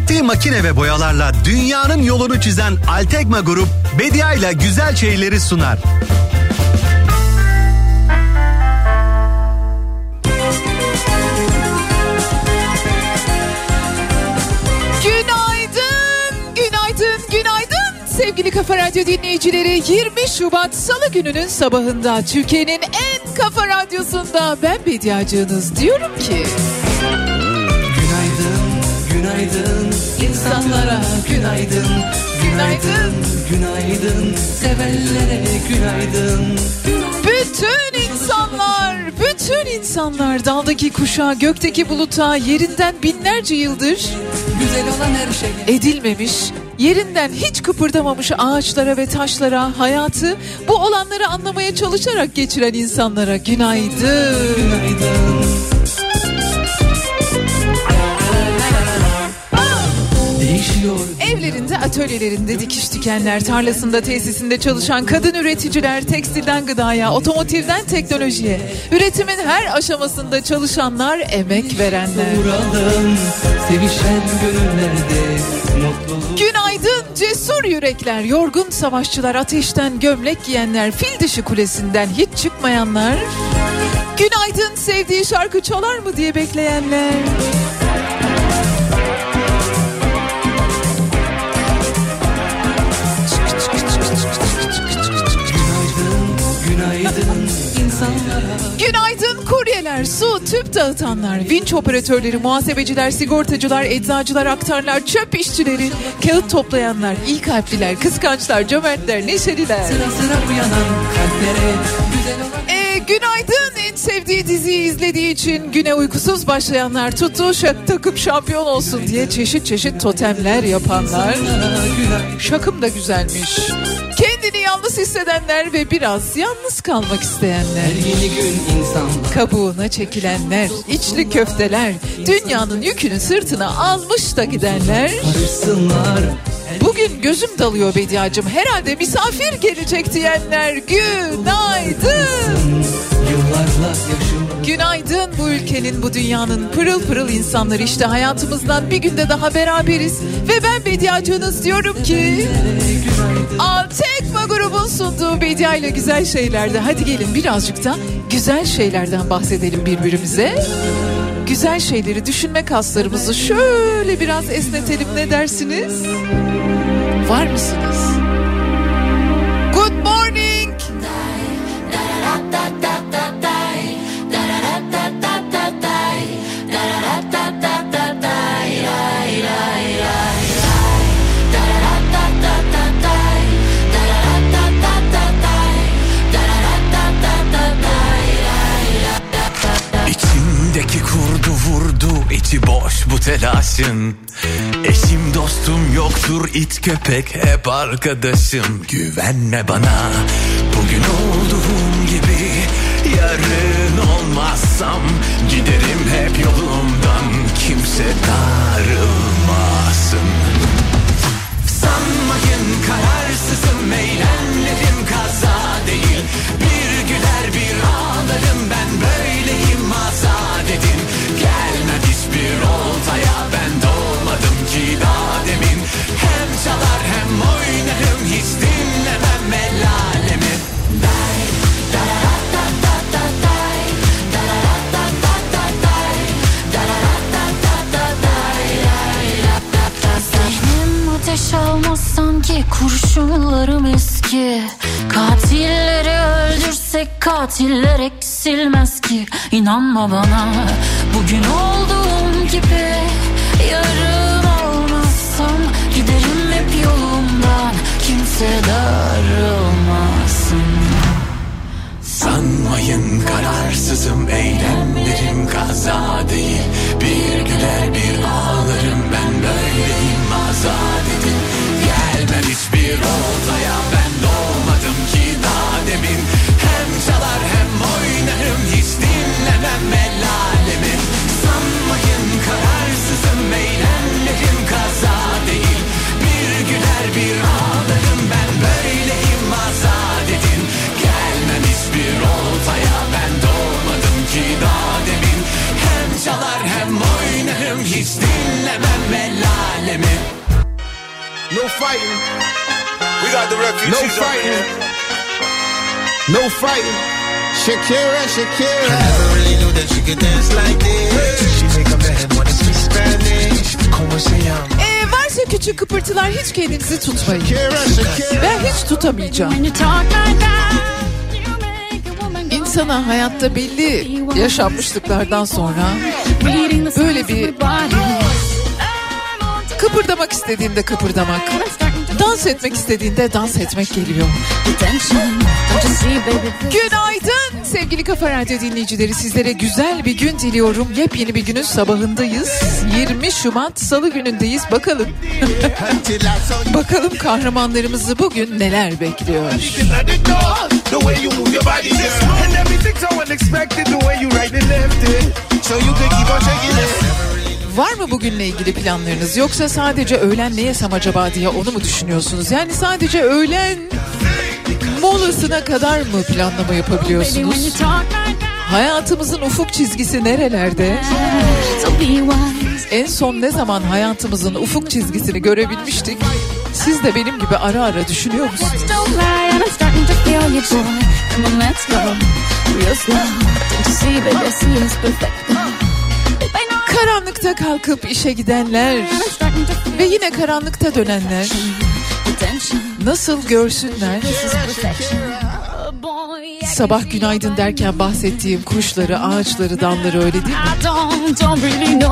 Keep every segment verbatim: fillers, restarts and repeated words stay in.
Ürettiği makine ve boyalarla dünyanın yolunu çizen Altekma Grup, Bedia ile güzel şeyleri sunar. Günaydın, günaydın, günaydın sevgili Kafa Radyo dinleyicileri. yirmi Şubat Salı gününün sabahında Türkiye'nin en kafa radyosunda ben Bediacığınız diyorum ki... Günaydın insanlara, günaydın, günaydın, günaydın, sevenlere günaydın. Bütün insanlar, bütün insanlar daldaki kuşa, gökteki buluta, yerinden binlerce yıldır güzel olan her şey edilmemiş, yerinden hiç kıpırdamamış ağaçlara ve taşlara, hayatı, bu olanları anlamaya çalışarak geçiren insanlara günaydın. Günaydın. Evlerinde, atölyelerinde dikiş dikenler, tarlasında, tesisinde çalışan kadın üreticiler, tekstilden gıdaya, otomotivden teknolojiye, üretimin her aşamasında çalışanlar, emek verenler. Uğradım, sevişen gönüllerde mutluluk. Günaydın cesur yürekler, yorgun savaşçılar, ateşten gömlek giyenler, fil dişi kulesinden hiç çıkmayanlar. Günaydın sevdiği şarkı çalar mı diye bekleyenler. Günaydın kuryeler, su, tüp dağıtanlar, vinç operatörleri, muhasebeciler, sigortacılar, eczacılar, aktarlar, çöp işçileri, kağıt toplayanlar, iyi kalpliler, kıskançlar, cömertler, neşeliler. Sıra sıra uyanan kalplere güzel olan... Ee, günaydın en sevdiği diziyi izlediği için güne uykusuz başlayanlar, tuttuğu şak takıp şampiyon olsun diye çeşit çeşit totemler yapanlar. Şakım da güzelmiş. Kendini yalnız hissedenler ve biraz yalnız kalmak isteyenler. Her yeni gün insanlar. Kabuğuna çekilenler, içli köfteler, dünyanın yükünü sırtına almış da gidenler. Bugün gözüm dalıyor Bediacığım, herhalde misafir gelecek diyenler günaydın. Günaydın bu ülkenin, bu dünyanın pırıl pırıl insanları, işte hayatımızdan bir günde daha beraberiz. Ve ben Bediacığınız diyorum ki... Altekma grubun sunduğu Bedia ile güzel şeylerde, hadi gelin birazcık da güzel şeylerden bahsedelim birbirimize. Güzel şeyleri düşünme kaslarımızı şöyle biraz esnetelim, ne dersiniz? Var mısınız? Good morning. İçimdeki kurdu vurdu, içi boş bu telaşın. Eşim dostum yoktur, it köpek hep arkadaşım. Güvenme bana bugün olduğum gibi, yarın olmazsam giderim hep yolumdan, kimse darılmasın. Sanmayın kararsızım, eylemlerim kaza değil. Bir güler bir ağlarım, ben böyleyim, azat edin. Gelmem hiçbir oltaya, ben doğmadım ki daha demin. Hem çalar hem oynarım, hiç dinlemem el alemi. Zihnim ateş almaz sanki, kurşunlarım eski. Katilleri öldürsek katiller eksilmez ki. İnanma bana bugün olduğum gibi, yarın olmazsam giderim hep yolumdan, kimse darılmasın. Sanmayın kararsızım, eylemlerim kaza değil. Bir güler bir ağlarım, ben böyleyim, azat edin. Gelmem hiçbir oltaya, ben doğmadım ki daha demin. Hem çalar hem oynarım, hiç dinlemem el alemi. Sanmayın kararsızım, bilmem el alemi. No fighting. We got the refugees. No fighting. No fighting. Shakira, Shakira. I never really knew that she could dance like this. She make a man wanna speak Spanish. Como se llama? Ee, varsa küçük kıpırtılar hiç kendinizi tutmayın. Ben hiç tutamayacağım. İnsana hayatta belli yaşanmışlıklardan sonra böyle bir kıpırdamak istediğinde kıpırdamak, dans etmek istediğinde dans etmek geliyor. Günaydın sevgili Kafa Radyo dinleyicileri, sizlere güzel bir gün diliyorum. Yepyeni bir günün sabahındayız. yirmi Şubat Salı günündeyiz. Bakalım. Bakalım kahramanlarımızı bugün neler bekliyor. Var mı bugünle ilgili planlarınız, yoksa sadece öğlen ne yesem acaba diye onu mu düşünüyorsunuz? Yani sadece öğlen molasına kadar mı planlama yapabiliyorsunuz? Hayatımızın ufuk çizgisi nerelerde? En son ne zaman hayatımızın ufuk çizgisini görebilmiştik? Siz de benim gibi ara ara düşünüyor musunuz? Karanlıkta kalkıp işe gidenler ve yine karanlıkta dönenler nasıl görsünler? Sabah günaydın derken bahsettiğim kuşları, ağaçları, dalları, öyle değil mi?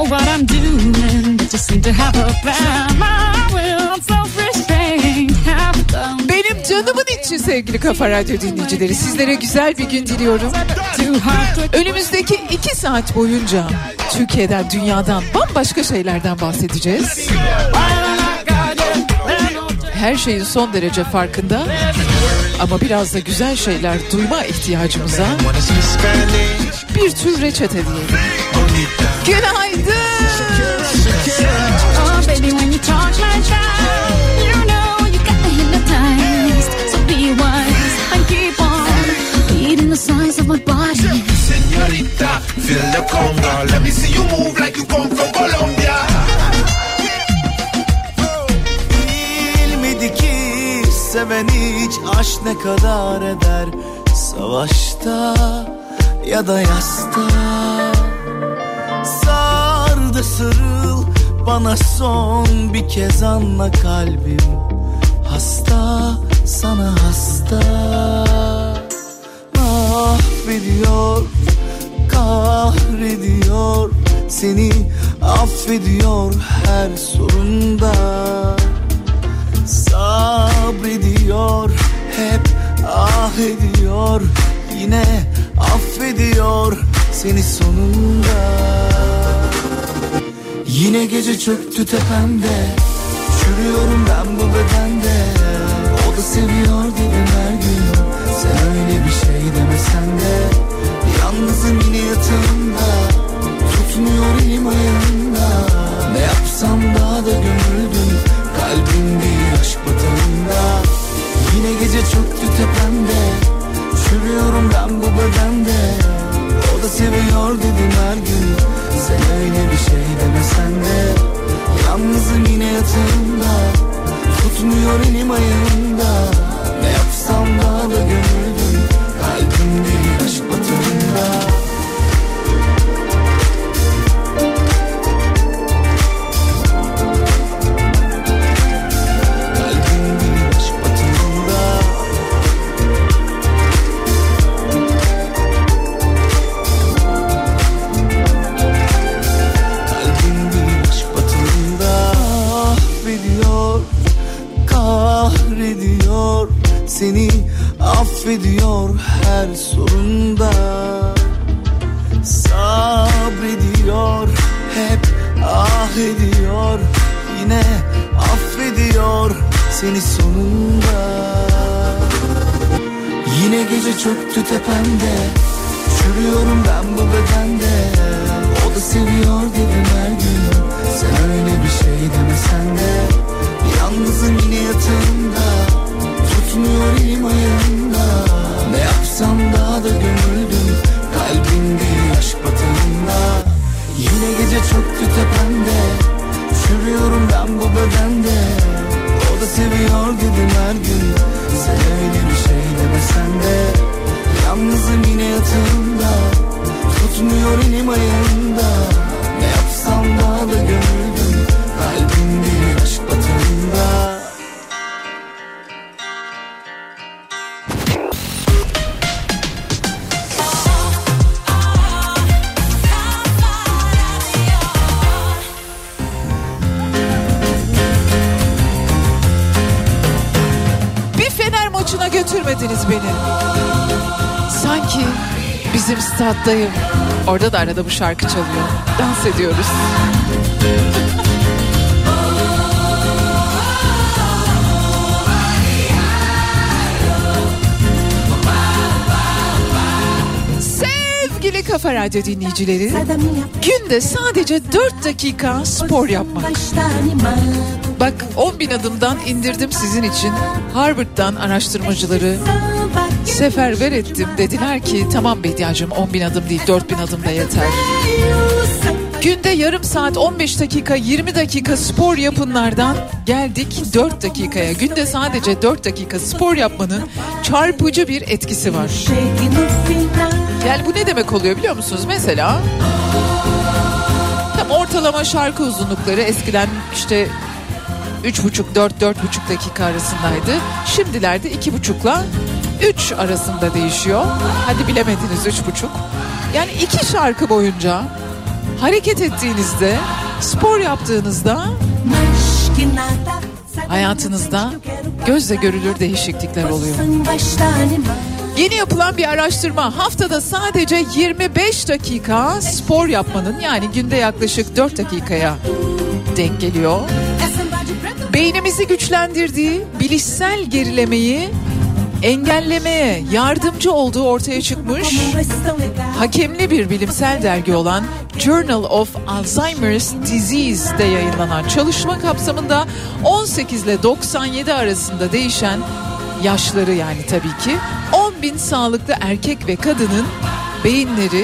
Benim canımın içi sevgili Kafa Radyo dinleyicileri, sizlere güzel bir gün diliyorum. Önümüzdeki iki saat boyunca Türkiye'den, dünyadan, bambaşka şeylerden bahsedeceğiz. Her şeyin son derece farkında ama biraz da güzel şeyler duyma ihtiyacımıza bir tür reçete diyelim. Günaydın. Señorita, feel the conga. Let me see you move like you come from Colombia. Bilmedi ki seven hiç aşk ne kadar eder, savaşta ya da yasta. Sar da sarıl bana son bir kez, anla kalbim hasta, sana hasta. Mahvediyor, kahrediyor, seni affediyor her sorunda. Sabrediyor, hep ah ediyor, yine affediyor seni sonunda. Yine gece çöktü tepemde, çürüyorum ben bu bedende. O da seviyor dedim her gün, sen öyle bir şey demesen de. Yalnızım yine yatağımda, tutmuyor elim ayağımda. Ne yapsam daha da gömüldüm, kalbim bir aşk batağında. Yine gece çöktü tepemde, çürüyorum ben bu bedende. O da seviyor dedim her gün, sen öyle bir şey demesen de. Yalnızım yine yatağımda, tutmuyor elim ayağımda. Ne yapsam daha da gömüldüm, kalbim bir aşk batağında. Kahrediyor, seni affediyor her sorunda. Sabrediyor, hep ah ediyor, yine affediyor seni sonunda. Yine gece çöktü tepemde, çürüyorum ben bu bedende. O da seviyor dedim her gün, sen öyle bir şey demesen de. Yalnızım yine yatağımda, tutmuyor elim ayağımda. Ne yapsam daha da gömüldüm, kalbim bir aşk batağında. Yine gece çöktü tepemde, çürüyor Çürüyorum ben bu bedende, o da seviyor dedim her gün. Sen öyle bir şey demesen de, yalnızım yine yatağımda, tutmuyor elim ayağımda. Ne yapsam daha da gömüldüm, kalbim bir aşk batağında. Maçına götürmediniz beni. Sanki bizim staddayım. Orada da arada bu şarkı çalıyor. Dans ediyoruz. Sevgili Kafa Radyo dinleyicileri, günde sadece dört dakika spor yapmak. Bak, on bin adımdan indirdim sizin için. Harvard'dan araştırmacıları seferber ettim. Dediler ki tamam Bediacığım, on bin adım değil dört bin adım da yeter. Günde yarım saat, on beş dakika, yirmi dakika spor yapınlardan geldik dört dakikaya. Günde sadece dört dakika spor yapmanın çarpıcı bir etkisi var. Yani bu ne demek oluyor biliyor musunuz? Mesela tam ortalama şarkı uzunlukları eskiden işte üç buçuk dört dört buçuk dakika arasındaydı. Şimdilerde iki buçukla üç arasında değişiyor. Hadi bilemediniz üç buçuk. Yani iki şarkı boyunca hareket ettiğinizde, spor yaptığınızda hayatınızda gözle görülür değişiklikler oluyor. Yeni yapılan bir araştırma haftada sadece yirmi beş dakika spor yapmanın, yani günde yaklaşık dört dakikaya denk geliyor, beynimizi güçlendirdiği, bilişsel gerilemeyi engellemeye yardımcı olduğu ortaya çıkmış. Hakemli bir bilimsel dergi olan Journal of Alzheimer's Disease'de yayınlanan çalışma kapsamında on sekiz ile doksan yedi arasında değişen yaşları, yani tabii ki on bin sağlıklı erkek ve kadının beyinleri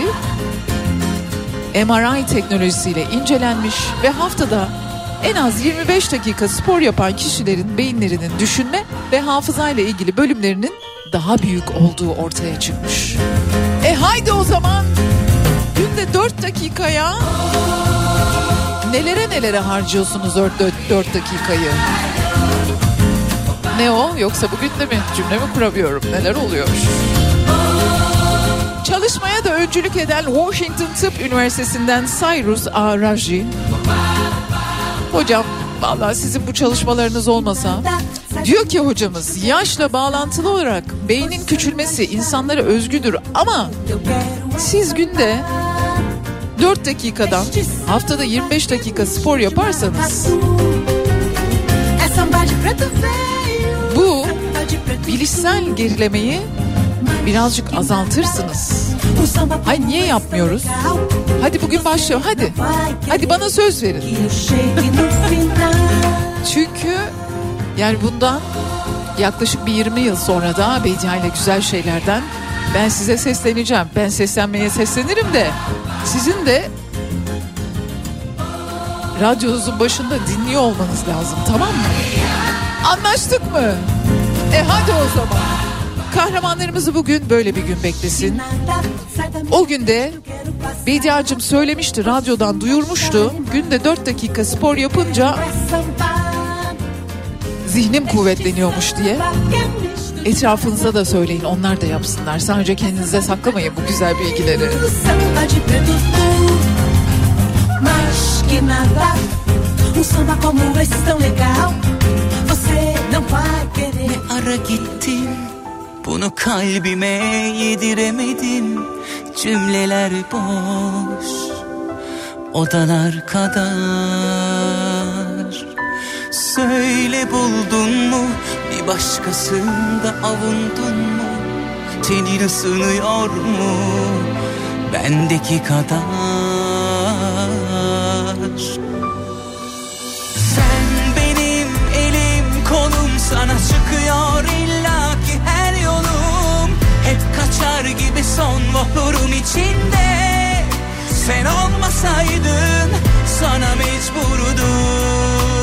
M R I teknolojisiyle incelenmiş ve haftada en az yirmi beş dakika spor yapan kişilerin beyinlerinin düşünme ve hafızayla ilgili bölümlerinin daha büyük olduğu ortaya çıkmış. E haydi o zaman günde dört dakikaya nelere nelere harcıyorsunuz dört dakikayı? Ne o? Yoksa bugün de mi cümle mi kuramıyorum? Neler oluyor? Çalışmaya da öncülük eden Washington Tıp Üniversitesi'nden Cyrus A. Raji, hocam vallahi sizin bu çalışmalarınız olmasa, diyor ki hocamız, yaşla bağlantılı olarak beynin küçülmesi insanlara özgüdür ama siz günde dört dakikadan haftada yirmi beş dakika spor yaparsanız bu bilişsel gerilemeyi birazcık azaltırsınız. Hayır, niye yapmıyoruz? Hadi bugün başlayalım, hadi. Hadi bana söz verin. Çünkü yani bundan yaklaşık bir yirmi yıl sonra da Bediye ile Güzel Şeyler'den ben size sesleneceğim. Ben seslenmeye seslenirim de sizin de radyonuzun başında dinliyor olmanız lazım, tamam mı? Anlaştık mı? E hadi o zaman. Kahramanlarımızı bugün böyle bir gün beklesin. O günde Bediacığım söylemişti, radyodan duyurmuştu. Günde dört dakika spor yapınca zihnim kuvvetleniyormuş diye. Etrafınıza da söyleyin, onlar da yapsınlar. Sadece kendinize saklamayın bu güzel bilgileri. Ne ara gittin, bunu kalbime yediremedim. Cümleler boş, odalar kadar. Söyle, buldun mu bir başkasında avundun mu? Tenin ısınıyor mu bendeki kadar? Sen benim elim kolum, sana çıkıyor illaki her yolum. Hep kaçar gibi son vahurum içinde. Sen olmasaydın sana mecburdum.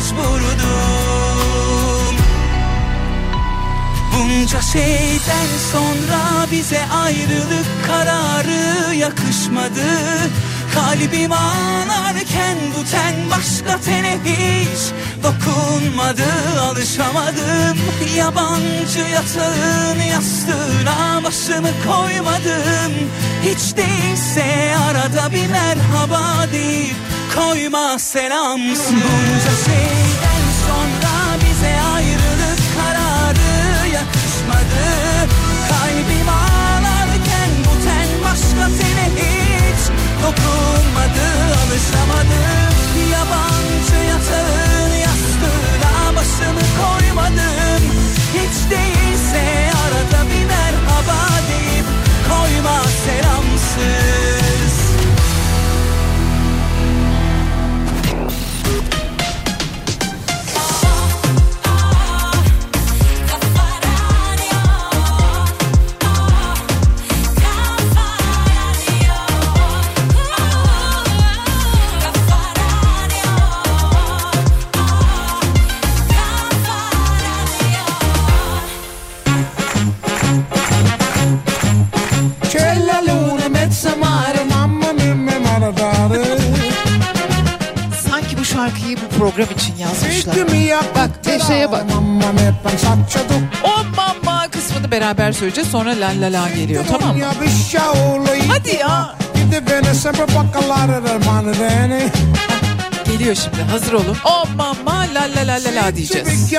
mecburdum. Bunca şeyden sonra bize ayrılık kararı yakışmadı. Kalbim ağlarken bu ten başka tene hiç dokunmadı. Alışamadım yabancı yatağın yastığına başımı koymadım. Hiç değilse arada bir merhaba deyip koyma selamsın. Bunca şeyden sonra bize ayrılık kararı yakışmadı. Kalbim ağlarken bu ten başka tene hiç dokunmadı. Alışamadım yabancı yatağın yastığına başımı koymadım. Hiç değilse arada bir merhaba deyip koyma selamsız. Sanki bu şarkıyı bu program için yazmışlar. Bak Neşe'ye bak. O mamma kısmını beraber söyleyeceğiz, sonra la la la geliyor, tamam mı? Hadi ya. Geliyor şimdi, hazır olun. O mamma la la la la la diyeceğiz. Şimdi.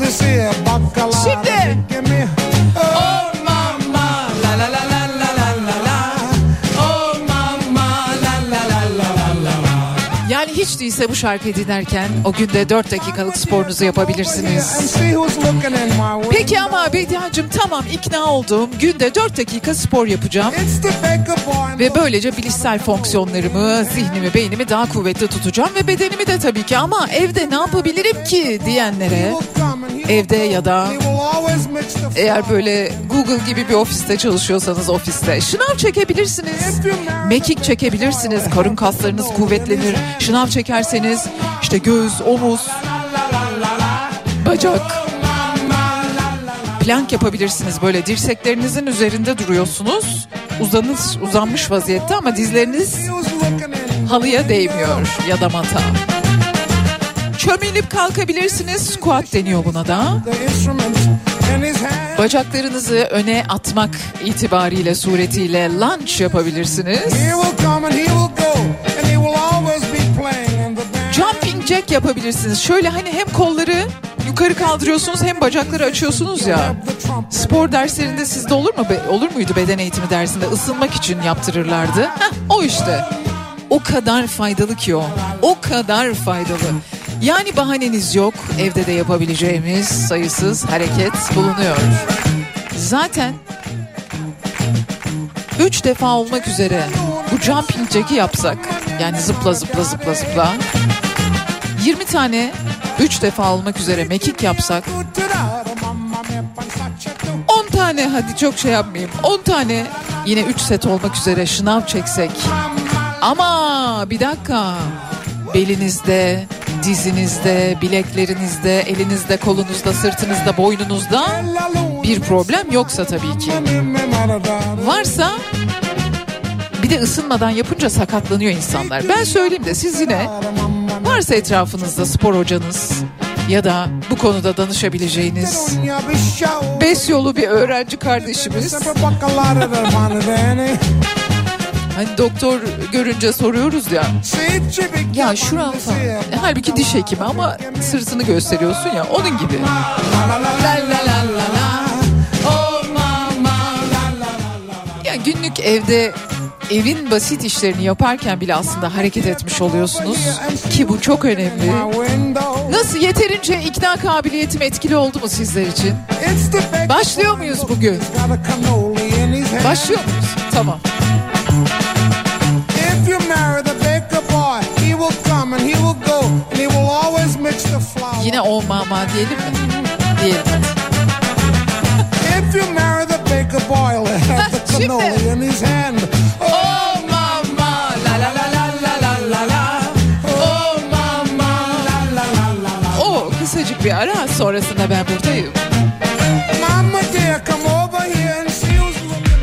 O mamma la la la la la la la. O mamma la la la la la la. Yani hiç değilse bu şarkıyı dinlerken o günde dört dakikalık sporunuzu yapabilirsiniz. Peki ama Bediacığım, tamam ikna oldum. Günde dört dakika spor yapacağım. Ve böylece bilişsel fonksiyonlarımı, zihnimi, beynimi daha kuvvetli tutacağım. Ve bedenimi de tabii ki, ama evde ne yapabilirim ki diyenlere, evde ya da eğer böyle Google gibi bir ofiste çalışıyorsanız ofiste şınav çekebilirsiniz. Mekik çekebilirsiniz. Karın kaslarınız kuvvetlenir. Şınav çekerseniz işte göğüs, omuz, bacak. Plank yapabilirsiniz, böyle dirseklerinizin üzerinde duruyorsunuz. Uzanış, uzanmış vaziyette ama dizleriniz halıya değmiyor ya da mata. Çömelip kalkabilirsiniz. Squat deniyor buna da. Bacaklarınızı öne atmak itibariyle suretiyle lunge yapabilirsiniz. Jumping jack yapabilirsiniz. Şöyle hani hem kolları yukarı kaldırıyorsunuz hem bacakları açıyorsunuz ya. Spor derslerinde sizde olur mu? Olur muydu beden eğitimi dersinde? Isınmak için yaptırırlardı. Heh, o işte. O kadar faydalı ki o. O kadar faydalı. Yani bahaneniz yok. Evde de yapabileceğimiz sayısız hareket bulunuyor. Zaten üç defa olmak üzere bu jumping jack'i yapsak, yani zıpla zıpla zıpla zıpla, yirmi tane üç defa olmak üzere mekik yapsak, on tane, hadi çok şey yapmayayım, on tane yine üç set olmak üzere şınav çeksek. Ama bir dakika, belinizde, dizinizde, bileklerinizde, elinizde, kolunuzda, sırtınızda, boynunuzda bir problem yoksa tabii ki. Varsa bir de ısınmadan yapınca sakatlanıyor insanlar. Ben söyleyeyim de siz yine, varsa etrafınızda spor hocanız ya da bu konuda danışabileceğiniz beş yolu bir öğrenci kardeşimiz. Hani doktor görünce soruyoruz ya, ya şuran falan. Halbuki diş hekimi ama sırtını gösteriyorsun ya, onun gibi. Ya günlük evde evin basit işlerini yaparken bile aslında hareket etmiş oluyorsunuz ki bu çok önemli. Nasıl, yeterince ikna kabiliyetim etkili oldu mu sizler için? Başlıyor muyuz bugün? Başlıyor muyuz? Tamam. Yine o mama diyelim mi? Diyelim. If you marry the baker boy, he'll have the cannoli in his hand. Oh mama, la la la la la la la la. Oh mama, la la la la la. bir ara, sonrasında ben buradayım. Mama dear, come over here and see who's looking.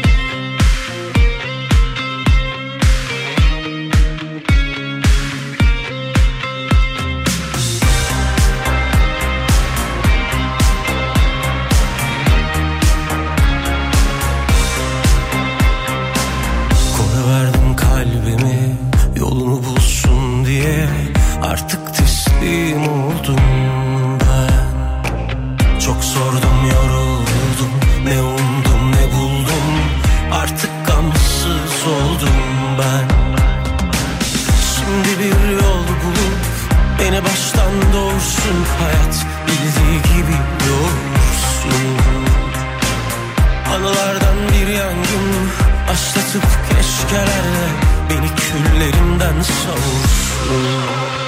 Koyuverdim kalbimi yolunu bulsun diye, artık teslim oldum ben. Çok sordum, yoruldum, ne umdum ne buldum, artık gamsız oldum ben. Şimdi bir yol bulup beni baştan doğursun, hayat bildiği gibi yoğursun. Anılardan bir yangın başlatıp keşkelerle beni küllerimden savursun.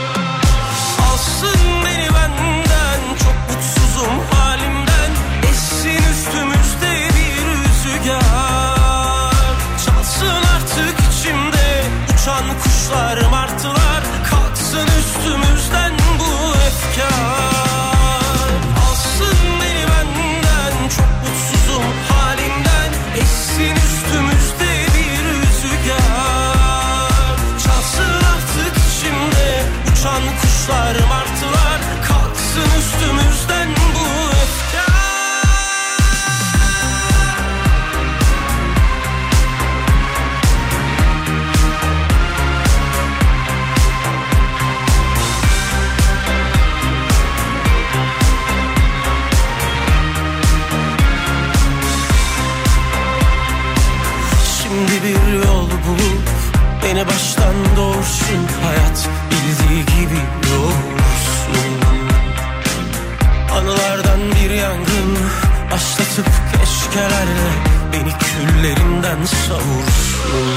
Alsın beni benden, çok mutsuzum halimden, essin üstümüzde bir rüzgar. Çalsın artık içimde uçan kuşlar, martılar, kalksın üstümüzden bu efkar. Alsın beni benden, çok mutsuzum halimden, essin üstümüzde bir rüzgar. Çalsın artık içimde uçan kuşlar, martılar, kalksın üstümüzden bu efkar. Şimdi bir yol bulup beni baştan doğursun, hayat bildiği gibi yoğursun. Anılardan bir yangın başlatıp keşkelerle beni küllerimden savursun.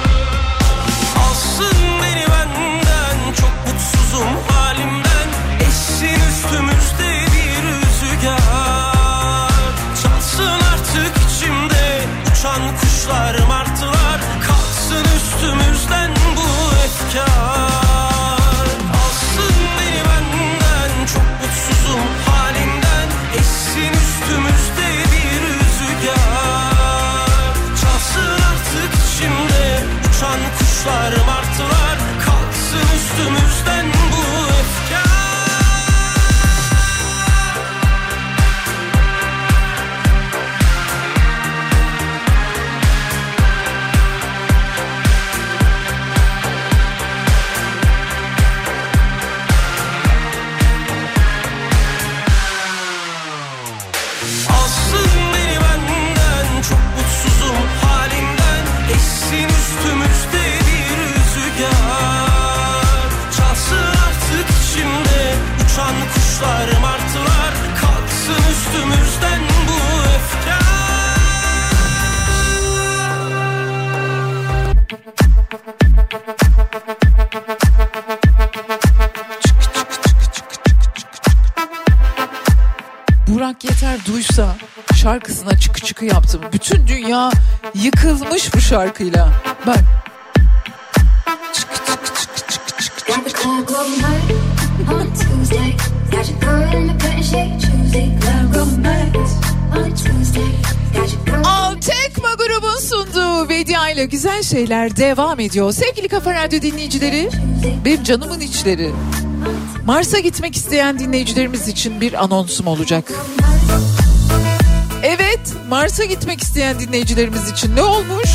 Alsın beni benden, çok mutsuzum halimden, essin üstümüzde bir rüzgar. Çalsın artık içimde uçan kuşlar, martılar, kalksın üstümüzden bu efkar. Alsın beni benden, çok mutsuzum halimden, essin üstümüzde bir rüzgar. Çalsın artık içimde uçan kuşlar, martılar, kalksın üstümüzden bu efkar. Alsın beni benden, çok mutsuzum halimden, essin üstümüzde bir rüzgar. Çalsın artık içimde uçan kuşlar, martılar, kalksın üstümüzden bu efkar. Burak Yeter duysa şarkısına çıkı çıkı yaptım. Bütün dünya yıkılmış bu şarkıyla. Bak. Çıkı çıkı çıkı çıkı çıkı Got the çıkı. club going night on Tuesday. Got your girl in the bed and shake Tuesday. Club going night on Tuesday. Got your girl. Altekma grubun sunduğu Vedia ile güzel şeyler devam ediyor. Sevgili Kafa Radyo dinleyicileri, benim canımın içleri. Mars'a gitmek isteyen dinleyicilerimiz için bir anonsum olacak. Evet, Mars'a gitmek isteyen dinleyicilerimiz için ne olmuş?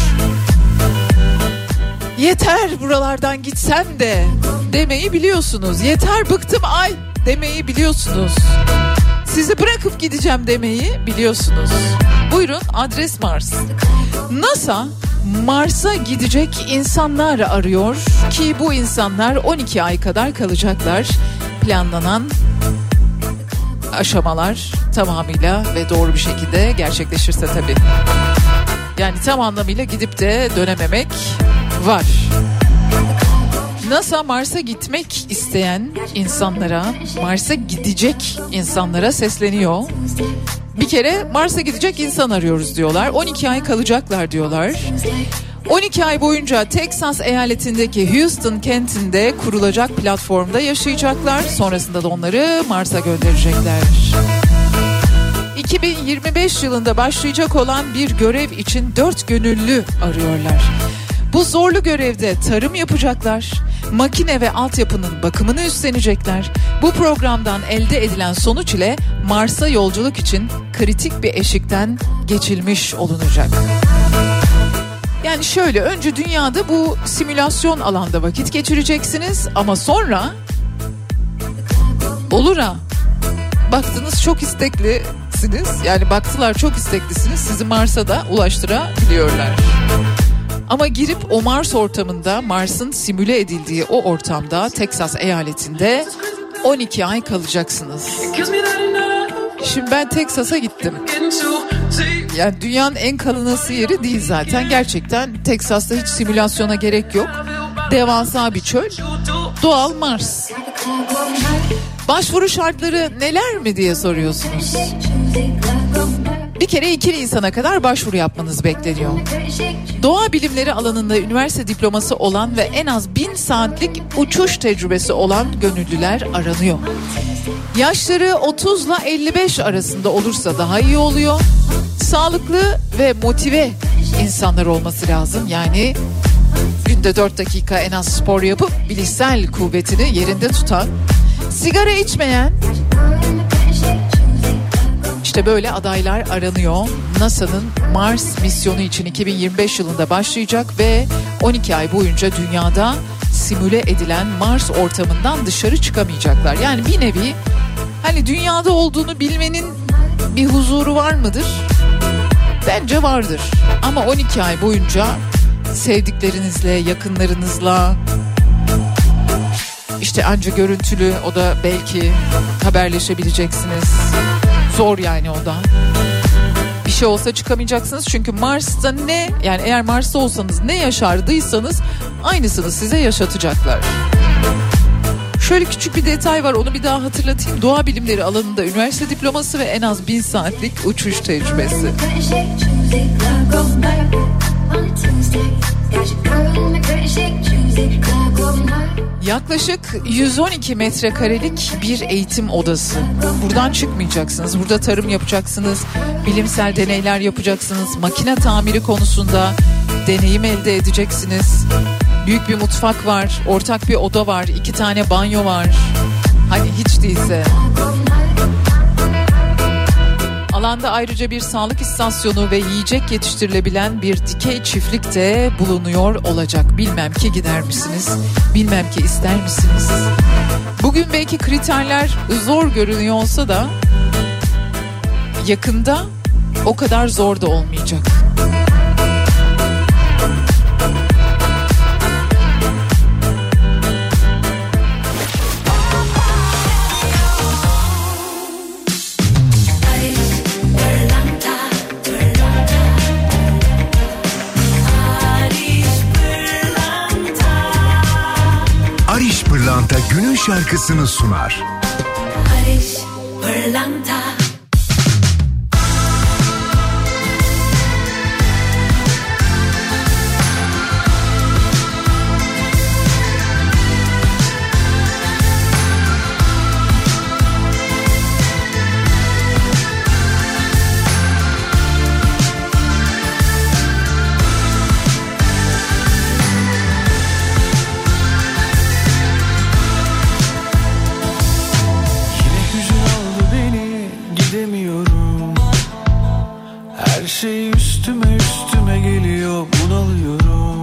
Yeter buralardan gitsem de demeyi biliyorsunuz. Yeter bıktım ay demeyi biliyorsunuz. Sizi bırakıp gideceğim demeyi biliyorsunuz. Buyurun, adres Mars. NASA Mars'a gidecek insanlar arıyor ki bu insanlar on iki ay kadar kalacaklar. Planlanan aşamalar tamamıyla ve doğru bir şekilde gerçekleşirse tabii. Yani tam anlamıyla gidip de dönememek var. NASA Mars'a gitmek isteyen insanlara, Mars'a gidecek insanlara sesleniyor. Bir kere Mars'a gidecek insan arıyoruz diyorlar. on iki ay kalacaklar diyorlar. on iki ay boyunca Texas eyaletindeki Houston kentinde kurulacak platformda yaşayacaklar. Sonrasında da onları Mars'a gönderecekler. iki bin yirmi beş yılında başlayacak olan bir görev için dört gönüllü arıyorlar. Bu zorlu görevde tarım yapacaklar, makine ve altyapının bakımını üstlenecekler. Bu programdan elde edilen sonuç ile Mars'a yolculuk için kritik bir eşikten geçilmiş olunacak. Yani şöyle, önce dünyada bu simülasyon alanda vakit geçireceksiniz ama sonra olur ha, baktınız çok isteklisiniz, yani baktılar çok isteklisiniz, sizi Mars'a da ulaştırabiliyorlar. Ama girip o Mars ortamında, Mars'ın simüle edildiği o ortamda, Texas eyaletinde on iki ay kalacaksınız. Şimdi ben Texas'a gittim. Yani dünyanın en kalınası yeri değil zaten. Gerçekten Texas'ta hiç simülasyona gerek yok. Devasa bir çöl, doğal Mars. Başvuru şartları neler mi diye soruyorsunuz. Bir kere iki Nisan'a kadar başvuru yapmanız bekleniyor. Doğa bilimleri alanında üniversite diploması olan ve en az bin saatlik uçuş tecrübesi olan gönüllüler aranıyor. Yaşları otuzla elli beş arasında olursa daha iyi oluyor. Sağlıklı ve motive insanlar olması lazım. Yani günde dört dakika en az spor yapıp bilişsel kuvvetini yerinde tutan, sigara içmeyen, İşte böyle adaylar aranıyor. NASA'nın Mars misyonu için iki bin yirmi beş yılında başlayacak ve on iki ay boyunca dünyada simüle edilen Mars ortamından dışarı çıkamayacaklar. Yani bir nevi hani dünyada olduğunu bilmenin bir huzuru var mıdır? Bence vardır. Ama on iki ay boyunca sevdiklerinizle, yakınlarınızla, işte anca görüntülü, o da belki haberleşebileceksiniz. Zor yani o da. Bir şey olsa çıkamayacaksınız çünkü Mars'ta ne, yani eğer Mars'ta olsanız ne yaşardıysanız aynısını size yaşatacaklar. Şöyle küçük bir detay var, onu bir daha hatırlatayım. Doğa bilimleri alanında üniversite diploması ve en az bin saatlik uçuş tecrübesi. Yaklaşık yüz on iki metrekarelik bir eğitim odası. Buradan çıkmayacaksınız. Burada tarım yapacaksınız, bilimsel deneyler yapacaksınız, makine tamiri konusunda deneyim elde edeceksiniz. Büyük bir mutfak var, ortak bir oda var, iki tane banyo var. Hani hiç değilse. Alanda ayrıca bir sağlık istasyonu ve yiyecek yetiştirilebilen bir dikey çiftlik de bulunuyor olacak. Bilmem ki gider misiniz? Bilmem ki ister misiniz? Bugün belki kriterler zor görünüyor olsa da yakında o kadar zor da olmayacak. Ariş Pırlanta günün şarkısını sunar. Ariş Pırlanta. şey üstüme üstüme geliyor, bunalıyorum.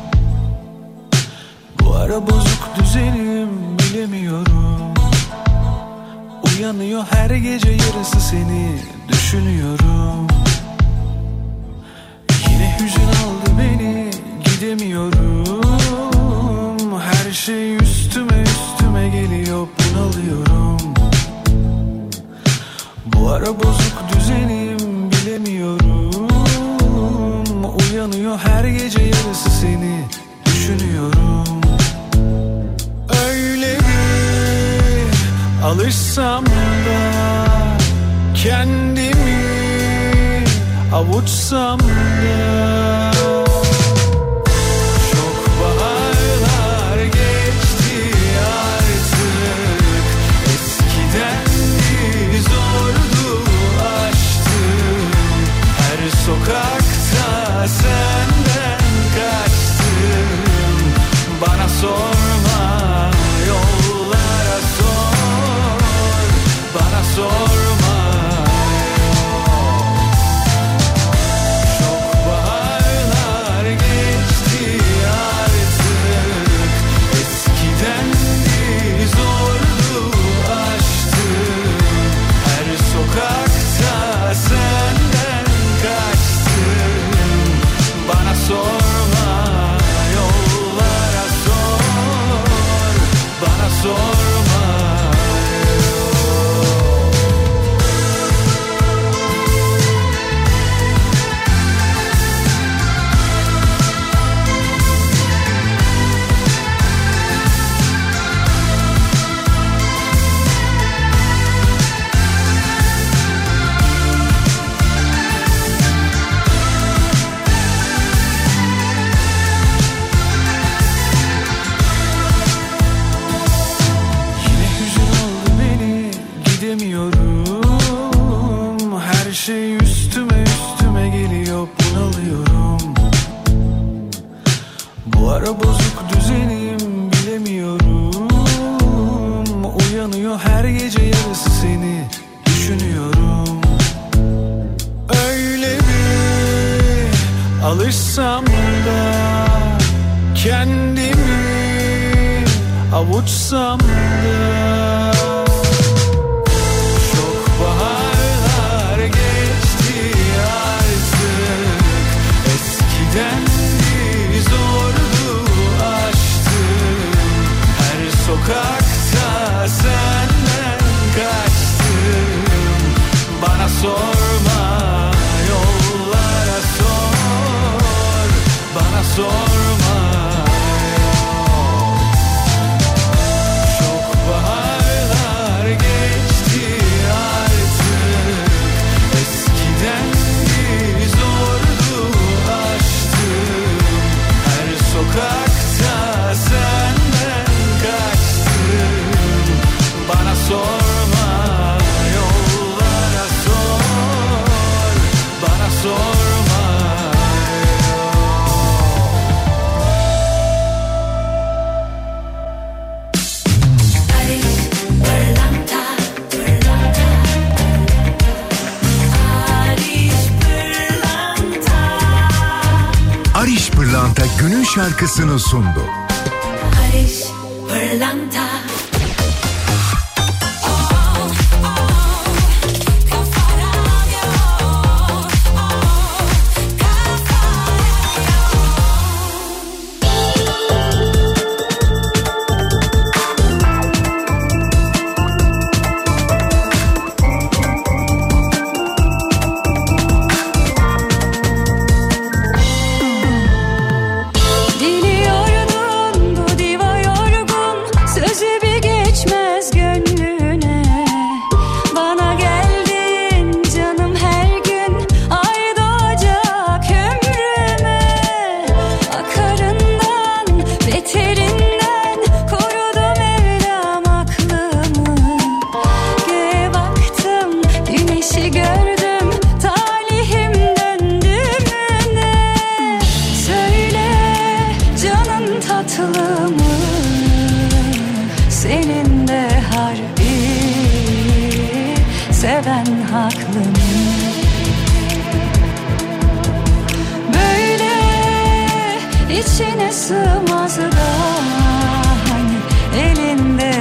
Bu ara bozuk düzenim, bilemiyorum. Uyanıyor her gece yarısı, seni düşünüyorum. Yine hüzün aldı beni, gidemiyorum. Her şey üstüme üstüme geliyor, bunalıyorum. Bu ara bozuk düzenim, bilemiyorum. Uyanıyor her gece yarısı, seni düşünüyorum. Öyle bir alışsam da, kendimi avuçsam da, sorma. Her şey üstüme üstüme geliyor, bunalıyorum. Bu ara bozuk düzenim, bilemiyorum. Uyanıyor her gece yarısı, seni düşünüyorum. Öyle bir alışsam da kendimi avuçsam da. Zordu aştım, her sokakta senden kaçtım. Bana sorma, yollara sor, bana sorma. Çok baharlar geçti artık, eskiden bir zordu aştım. Sokakta senden kaçtım. Bana sorma, yollara sor, bana sorma. Ariş Pırlanta günün şarkısını sundu. Ariş Pırlanta. İçine sığmaz da hani elinde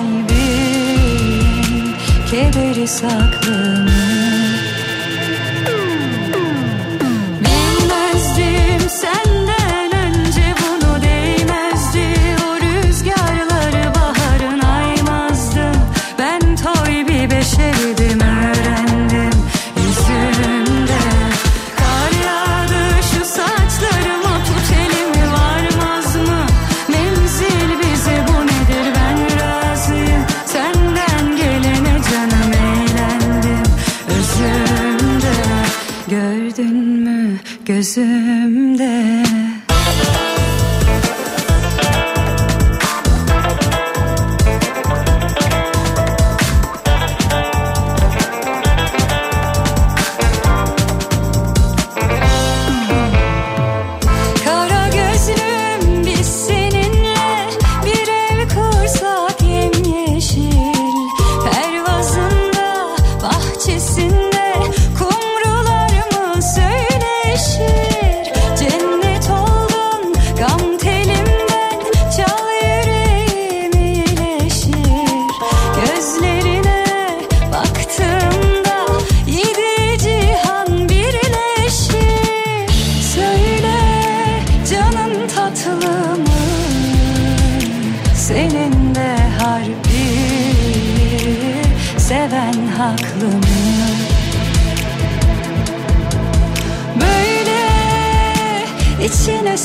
kalbin kederi saklı. Bilmezdim senden önce bunu, değmezdi o rüzgarları, baharın aymazdım. Ben toy bir beşerdim, öğrendim yüzünde. Kar yağdı şu saçlarıma, tut elimi varmaz mı? Menzil bize bu nedir, ben razıyım senden gelene, canım eğlendim.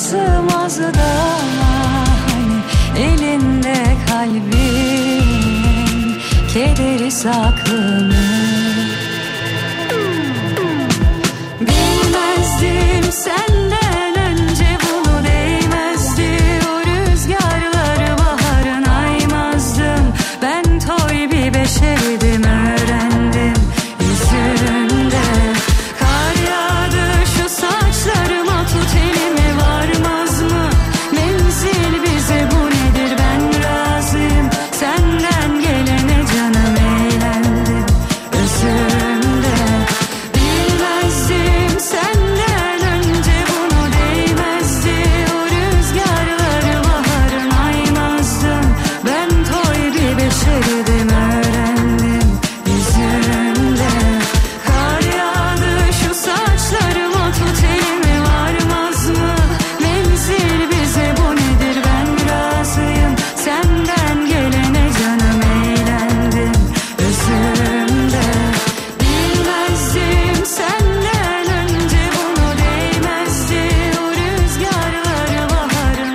sığmazdı hani elinde kalbin kederi saklanır. Bilmezdim senden önce bunu değmezdi o rüzgarlar baharın aymazdım. Ben toy bir beşerdim öğrendim yüzünde. Kar yağdı şu saçlarıma tut elimi varmaz mı? Menzil bize bu nedir ben razıyım. Senden gelene canım eğlendim özümde. Bilmezdim senden önce bunu değmezdi o rüzgarlar baharın aymazdım. Ben toy bir beşerdim öğrendim yüzünde. Kar yağdı şu saçlarıma tut elimi varmaz mı? Menzil bize bu nedir ben razıyım. Senden gelene canım eğlendim özümde. Bilmezdim senden önce bunu değmezdi o rüzgarlar baharın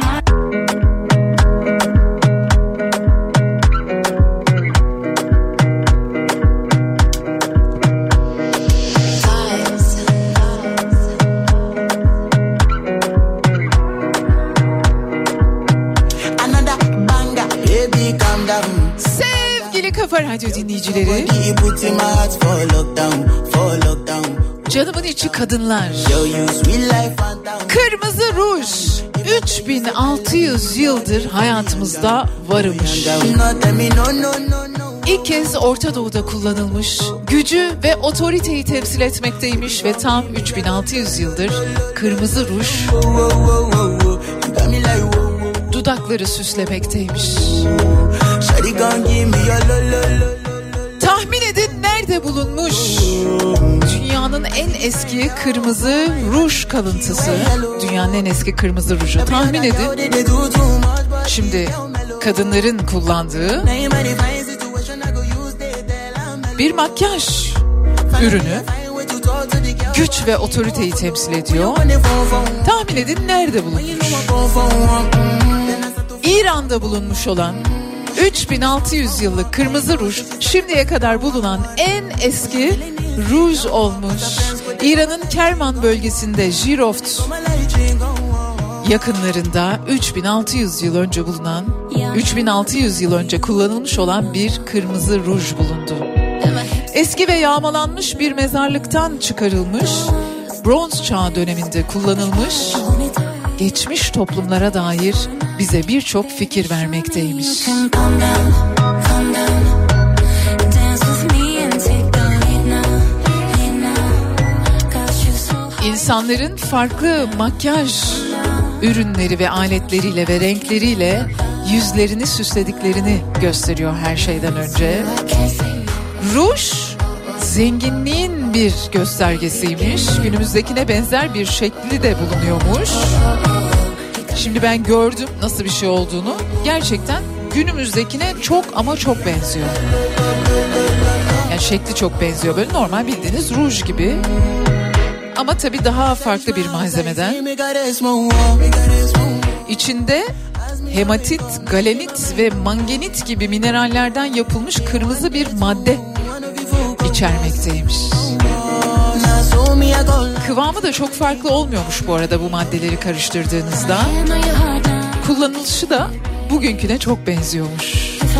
Another banger, baby calm down. Sevgili Kafa Radyo dinleyicileri, You put in my heart for lockdown, for lockdown. canımın içi kadınlar. Show you sweet life and down. Kırmızı ruj üç bin altı yüz yıldır hayatımızda varmış. No tell me no no no no. İlk kez Orta Doğu'da kullanılmış, gücü ve otoriteyi temsil etmekteymiş ve tam üç bin altı yüz yıldır kırmızı ruj Whoa, whoa, whoa, whoa. You got me like whoa, whoa. dudakları süslemekteymiş. Shawty gon' give me your lo lo lo lo. Tahmin edin nerede bulunmuş? Dünyanın en eski kırmızı ruj kalıntısı. Dünyanın en eski kırmızı ruju. Tahmin edin. They do too much, but Şimdi kadınların kullandığı name any fine situation I go use they tell I'm bir makyaj ürünü. what you talk to the girl. Güç ve otoriteyi temsil ediyor. On the phone phone. Tahmin edin nerede bulunmuş? Phone phone. Then I start to İran'da bulunmuş olan üç bin altı yüz yıllık kırmızı ruj şimdiye kadar bulunan en eski ruj olmuş. İran'ın Kerman bölgesinde Jiroft yakınlarında üç bin altı yüz yıl önce bulunan, üç bin altı yüz yıl önce kullanılmış olan bir kırmızı ruj bulundu. Eski ve yağmalanmış bir mezarlıktan çıkarılmış, Bronz Çağı döneminde kullanılmış, geçmiş toplumlara dair bize birçok fikir vermekteymiş. İnsanların farklı makyaj ürünleri ve aletleriyle ve renkleriyle yüzlerini süslediklerini gösteriyor her şeyden önce. Ruj zenginliğin bir göstergesiymiş. Günümüzdekine benzer bir şekli de bulunuyormuş. Şimdi ben gördüm nasıl bir şey olduğunu. Gerçekten günümüzdekine çok ama çok benziyor. Yani şekli çok benziyor. Böyle normal bildiğiniz ruj gibi. Ama tabii daha farklı bir malzemeden. İçinde hematit, galenit ve manganit gibi minerallerden yapılmış kırmızı bir madde içermekteymiş. Kıvamı da çok farklı olmuyormuş bu arada bu maddeleri karıştırdığınızda. Kullanılışı da bugünküne çok benziyormuş.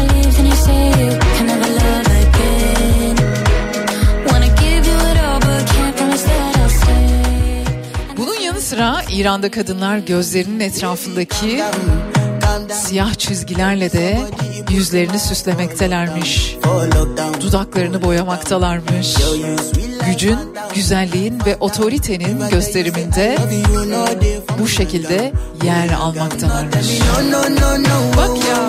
Bunun yanı sıra İran'da kadınlar gözlerinin etrafındaki siyah çizgilerle de yüzlerini süslemektelermiş. Dudaklarını boyamaktalarmış. Gücün, güzelliğin ve otoritenin gösteriminde bu şekilde yer almaktalarmış. Bak ya.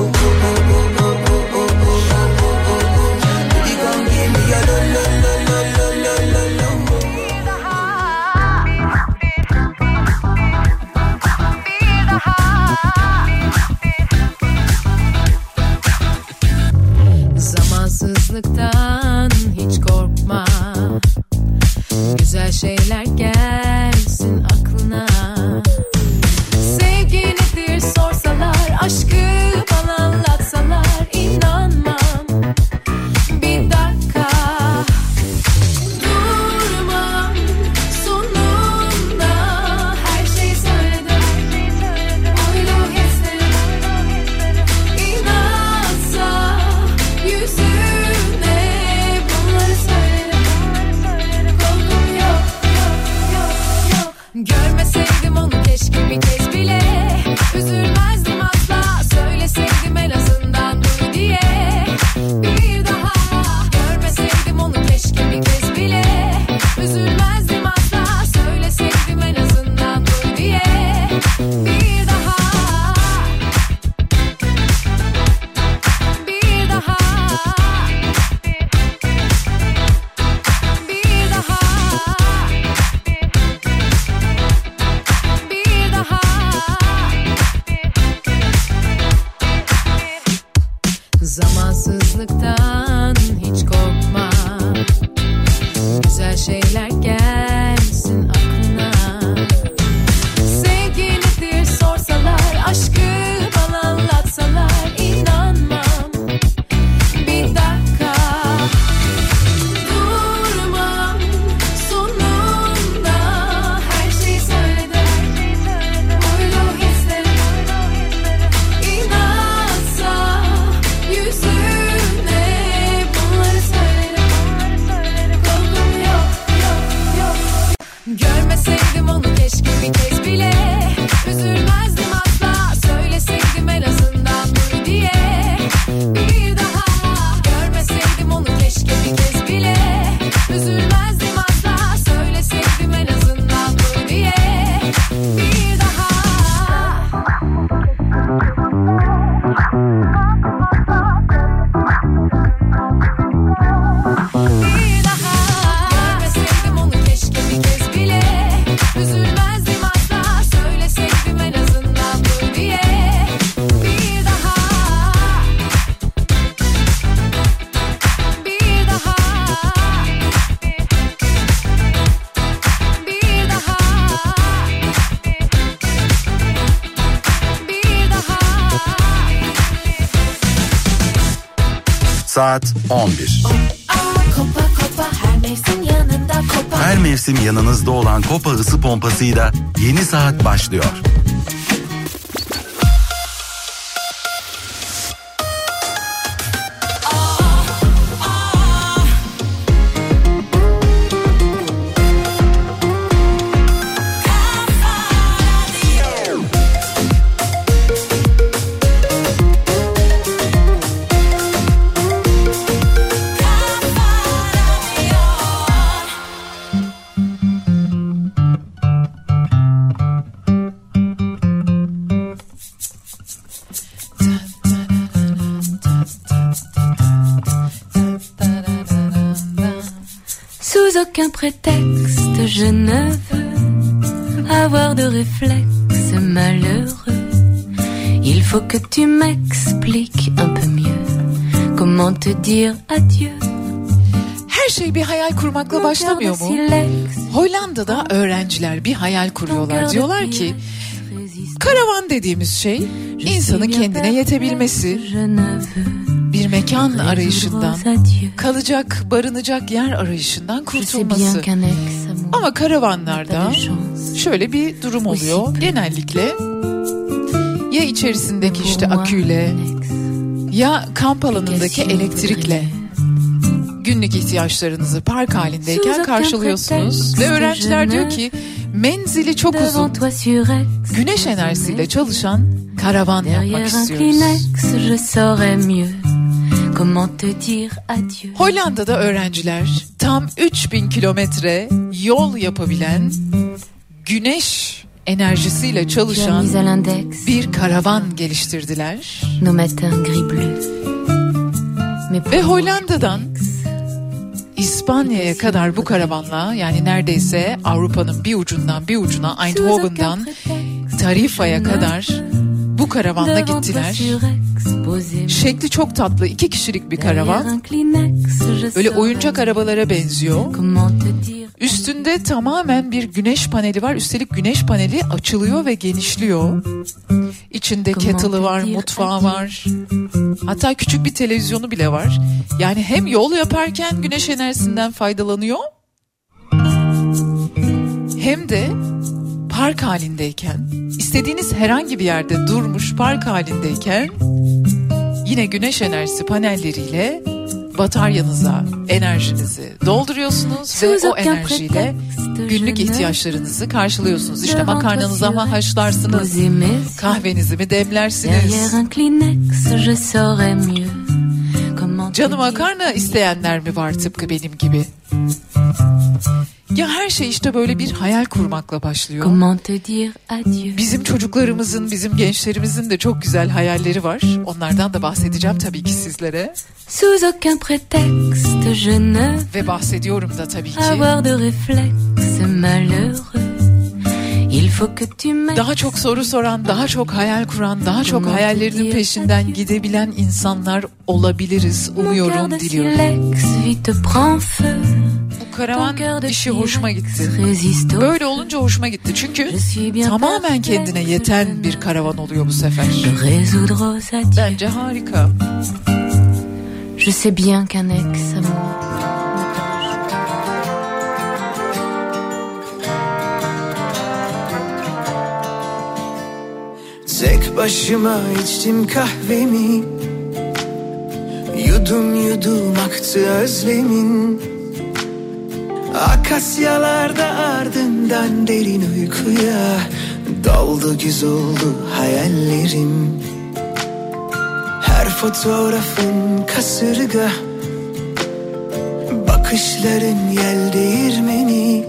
Zamansızlıktan hiç korkma, güzel şeyler gelsin aklına. Zamansızlıktan hiç korkma. Güzel şeyler gelsin aklına. Sevgini diye sorsalar, aşkı bana anlatsalar, inanmam. Bir dakika durmam, sonunda her şeyi söyledim. Uydu hislerim, inatsa yüzüne bunları söylerim. Korkum yok, yok, yok. Görmeseydim onu keşke bir kez bile, üzülmezdim asla. Söyleseydim en azından dur diye. Bir daha görmeseydim onu keşke bir kez bile, üzülmezdim asla. Söyleseydim en azından dur diye. Bir daha. Bir daha görmeseydim onu keşke bir kez bile, üzülmezdim asla. Söyleseydim en azından dur diye. Bir daha. Bir daha. Bir daha. Bir daha. Saat on bir. Kopa kopa her mevsim yanında kopa. Her mevsim yanınızda olan Kopa ısı pompasıyla yeni saat başlıyor. Sous aucun prétexte, je ne veux avoir de réflexe malheureux. Il faut que tu m'expliques un peu mieux comment te dire adieu. Her şey bir hayal kurmakla başlamıyor mu? Hollanda'da öğrenciler bir hayal kuruyorlar. Diyorlar ki karavan dediğimiz şey insanın kendine yetebilmesi, bir mekan arayışından, kalacak, barınacak yer arayışından kurtulması. Ama karavanlarda şöyle bir durum oluyor. Genellikle ya içerisindeki işte aküyle ya kamp alanındaki elektrikle günlük ihtiyaçlarınızı park halindeyken karşılıyorsunuz. Ve öğrenciler diyor ki menzili çok uzun, güneş enerjisiyle çalışan karavan yapmak istiyoruz. Hollanda'da öğrenciler tam üç bin kilometre yol yapabilen, güneş enerjisiyle çalışan bir karavan geliştirdiler. Ve Hollanda'dan İspanya'ya kadar bu karavanla, yani neredeyse Avrupa'nın bir ucundan bir ucuna, Eindhoven'dan Tarifa'ya kadar bu karavanla gittiler. Şekli çok tatlı, iki kişilik bir karavan. Böyle oyuncak arabalara benziyor. Üstünde tamamen bir güneş paneli var. Üstelik güneş paneli açılıyor ve genişliyor. İçinde kettle'ı var, mutfağı var. Hatta küçük bir televizyonu bile var. Yani hem yol yaparken güneş enerjisinden faydalanıyor, hem de park halindeyken, istediğiniz herhangi bir yerde durmuş park halindeyken yine güneş enerjisi panelleriyle bataryanıza enerjinizi dolduruyorsunuz ve o enerjiyle günlük ihtiyaçlarınızı karşılıyorsunuz. İşte makarnanızı mı haşlarsınız, kahvenizi mi demlersiniz? Canı makarna isteyenler mi var tıpkı benim gibi? Ya her şey işte böyle bir hayal kurmakla başlıyor. Bizim çocuklarımızın, bizim gençlerimizin de çok güzel hayalleri var. Onlardan da bahsedeceğim tabii ki sizlere. Sous aucun prétexte, je ne Ve bahsediyorum da tabii ki. avoir de réflexe malheureux. Daha çok soru soran, daha çok hayal kuran, daha çok hayallerinin peşinden gidebilen insanlar olabiliriz. Umuyorum, diliyorum. Bu karavan işi hoşuma gitti. Böyle olunca hoşuma gitti. Çünkü tamamen kendine yeten bir karavan oluyor bu sefer. Bence harika. Je sais bien qu'un ex-amour. Tek başıma içtim kahvemi, yudum yudum aktı özlemin. Akasyalarda ardından derin uykuya daldı, güz oldu hayallerim. Her fotoğrafın kasırga, bakışların yel değirmeni.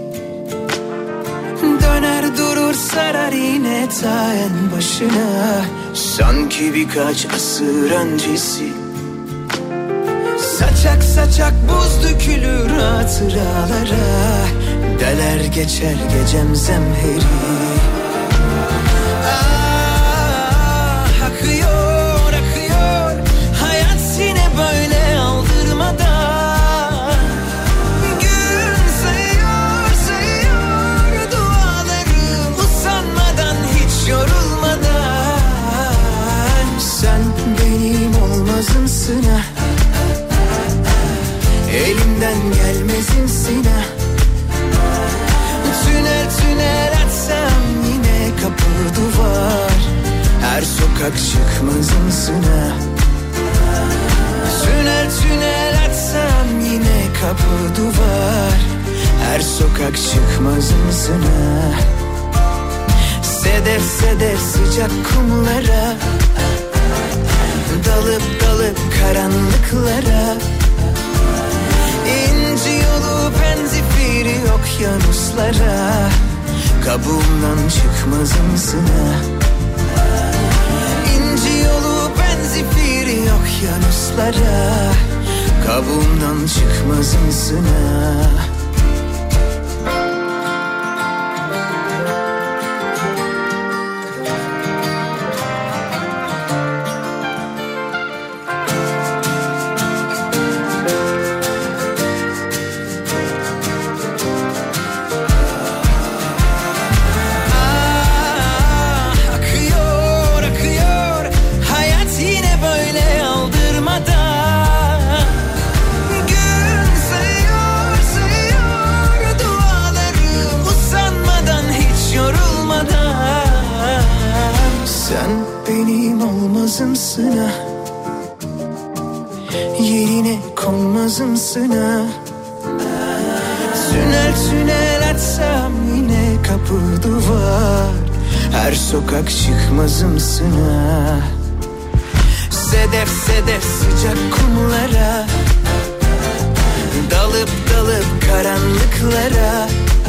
Döner durur sarar yine ta en başına, sanki birkaç asır öncesi. Saçak saçak buz dökülür hatıralara, deler geçer gecem zemheri. Ah, akıyor akıyor hayat yine böyle aldırmadan. Gün sayıyor sayıyor dualarım, usanmadan hiç yorulmadan. Sen benim olmazımsın ha, elimden gelmezimsin ha. Tünel tünel açsam yine kapı duvar, her sokak çıkmazımsın ha. Tünel tünel açsam yine kapı duvar, her sokak çıkmazımsın ha. Sedef sedef sıcak kumlara, dalıp dalıp karanlıklara. İnci yolu benzifiri okyanuslara, kabuğumdan çıkmazımsın ha. İnci yolu benzifiri okyanuslara, kabuğumdan çıkmazımsın ha. Olmazımsın ha, yerine konmazımsın ha. Tünel tünel açsam yine kapı duvar, her sokak çıkmazımsın ha. Sedef sedef sıcak kumlara, dalıp dalıp karanlıklara.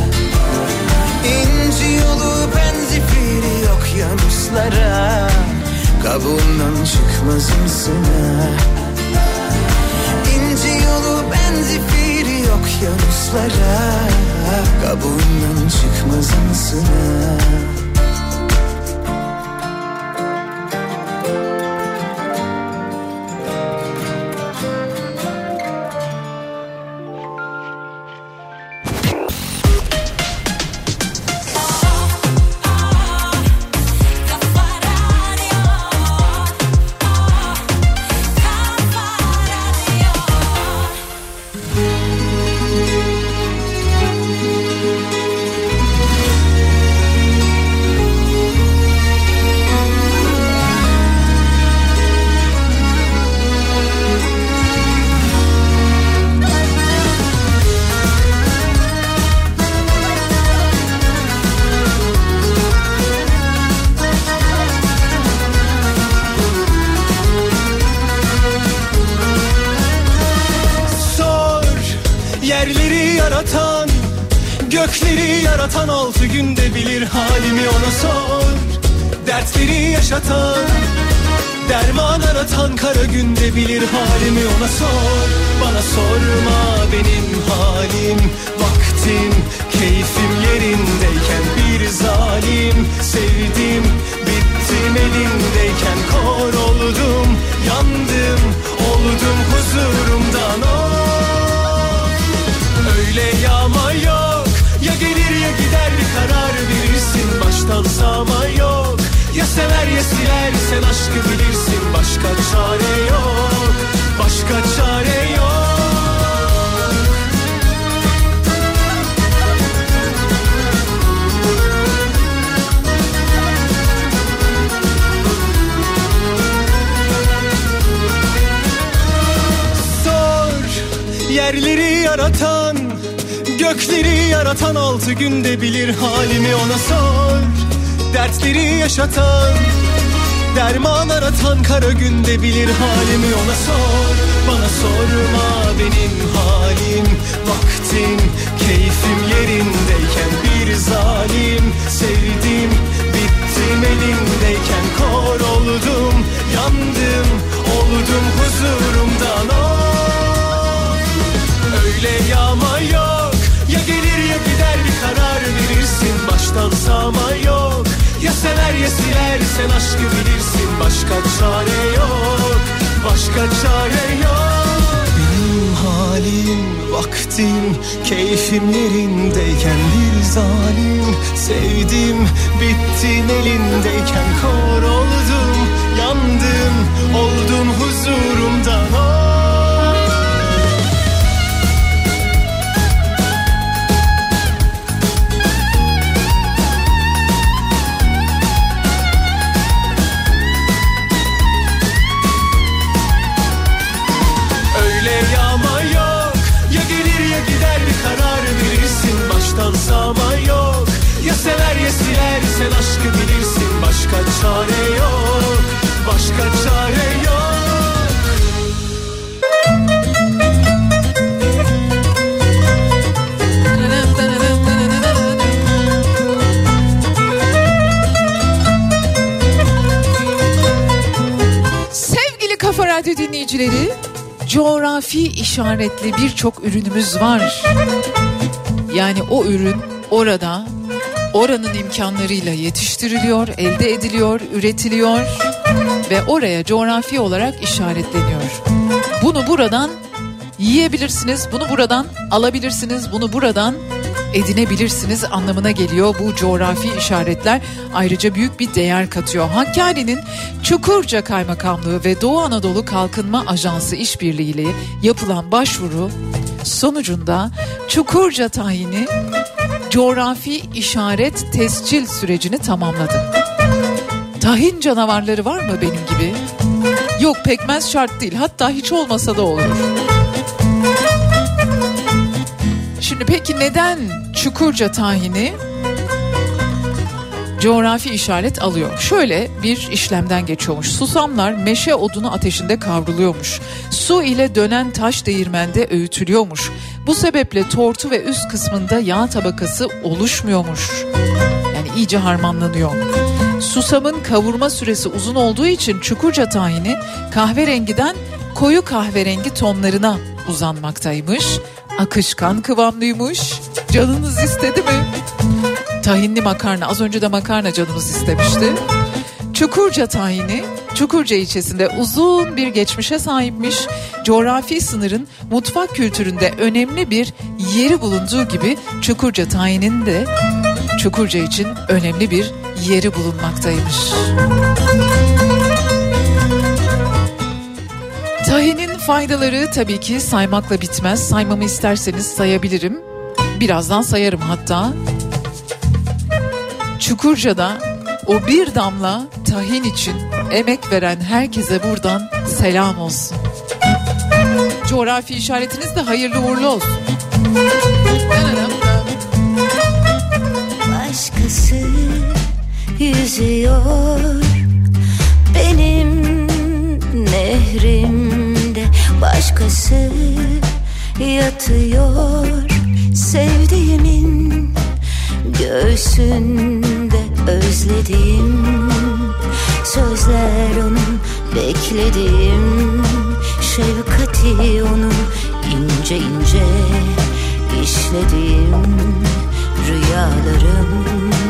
İnci yolu benzifiri okyanuslara, kabuğumdan çıkmazımsın ha. İnci yolu benzifiri okyanuslara, kabuğumdan çıkmazımsın ha. Gökleri yaratan altı günde bilir halimi, ona sor. Dertleri yaşatan, derman aratan kara günde bilir halimi, ona sor. Bana bana sorma benim halim. Vaktim, keyfim yerindeyken bir zalim sevdim, bittim elindeyken kor oldum, yandım, oldum huzurumdan. Oh, öyle yağma yok, ya gelir ya gider bir karar verirsin, baştan sağma yok. Ya sever ya siler, sen aşkı bilirsin, başka çare yok, başka çare yok. Yerleri yaratan, gökleri yaratan, altı günde bilir halimi, ona sor. Dertleri yaşatan, derman aratan, kara günde bilir halimi, ona sor. Bana sorma benim halim. Vaktim, keyfim yerindeyken bir zalim sevdim, bittim elindeyken kor oldum, yandım, oldum huzurumdan. Oh, öyle yağma yok, ya gelir ya gider bir karar verirsin, baştan sağma yok. Ya sever ya siler, sen aşkı bilirsin, başka çare yok, başka çare yok. Benim halim, vaktim, keyfim yerindeyken bir zalim sevdim, bittim elindeyken kor oldum, yandım, oldum huzurumdan. Oh, sağma yok. Ya sever ya siler, sen aşkı bilirsin, başka çare yok, başka çare yok. Sevgili Kafa Radyo dinleyicileri, coğrafi işaretli birçok ürünümüz var. Yani o ürün orada, oranın imkanlarıyla yetiştiriliyor, elde ediliyor, üretiliyor ve oraya coğrafi olarak işaretleniyor. Bunu buradan yiyebilirsiniz, bunu buradan alabilirsiniz, bunu buradan edinebilirsiniz anlamına geliyor bu coğrafi işaretler. Ayrıca büyük bir değer katıyor. Hakkari'nin Çukurca Kaymakamlığı ve Doğu Anadolu Kalkınma Ajansı işbirliğiyle yapılan başvuru sonucunda Çukurca tayini coğrafi işaret tescil sürecini tamamladı. Tahin canavarları var mı benim gibi? Yok, pekmez şart değil, hatta hiç olmasa da olur. Şimdi peki neden Çukurca tahini coğrafi işaret alıyor? Şöyle bir işlemden geçiyormuş. Susamlar meşe odunu ateşinde kavruluyormuş. Su ile dönen taş değirmende öğütülüyormuş. Bu sebeple tortu ve üst kısmında yağ tabakası oluşmuyormuş. Yani iyice harmanlanıyor. Susamın kavurma süresi uzun olduğu için Çukurca tahini kahverengiden koyu kahverengi tonlarına uzanmaktaymış. Akışkan kıvamlıymış. Canınız istedi mi? Tahinli makarna. Az önce de makarna canımız istemişti. Çukurca tahini Çukurca ilçesinde uzun bir geçmişe sahipmiş. Coğrafi sınırın mutfak kültüründe önemli bir yeri bulunduğu gibi Çukurca tahinin de Çukurca için önemli bir yeri bulunmaktaymış. Tahinin faydaları tabii ki saymakla bitmez. Saymamı isterseniz sayabilirim. Birazdan sayarım hatta. Çukurca'da o bir damla tahin için emek veren herkese buradan selam olsun. Coğrafi işaretiniz de hayırlı uğurlu olsun. Başkası yüzüyor benim nehrimde, başkası yatıyor sevdiğimin göğsünde. Özlediğim sözler, onun beklediğim şefkati onun ince ince işlediğim rüyalarım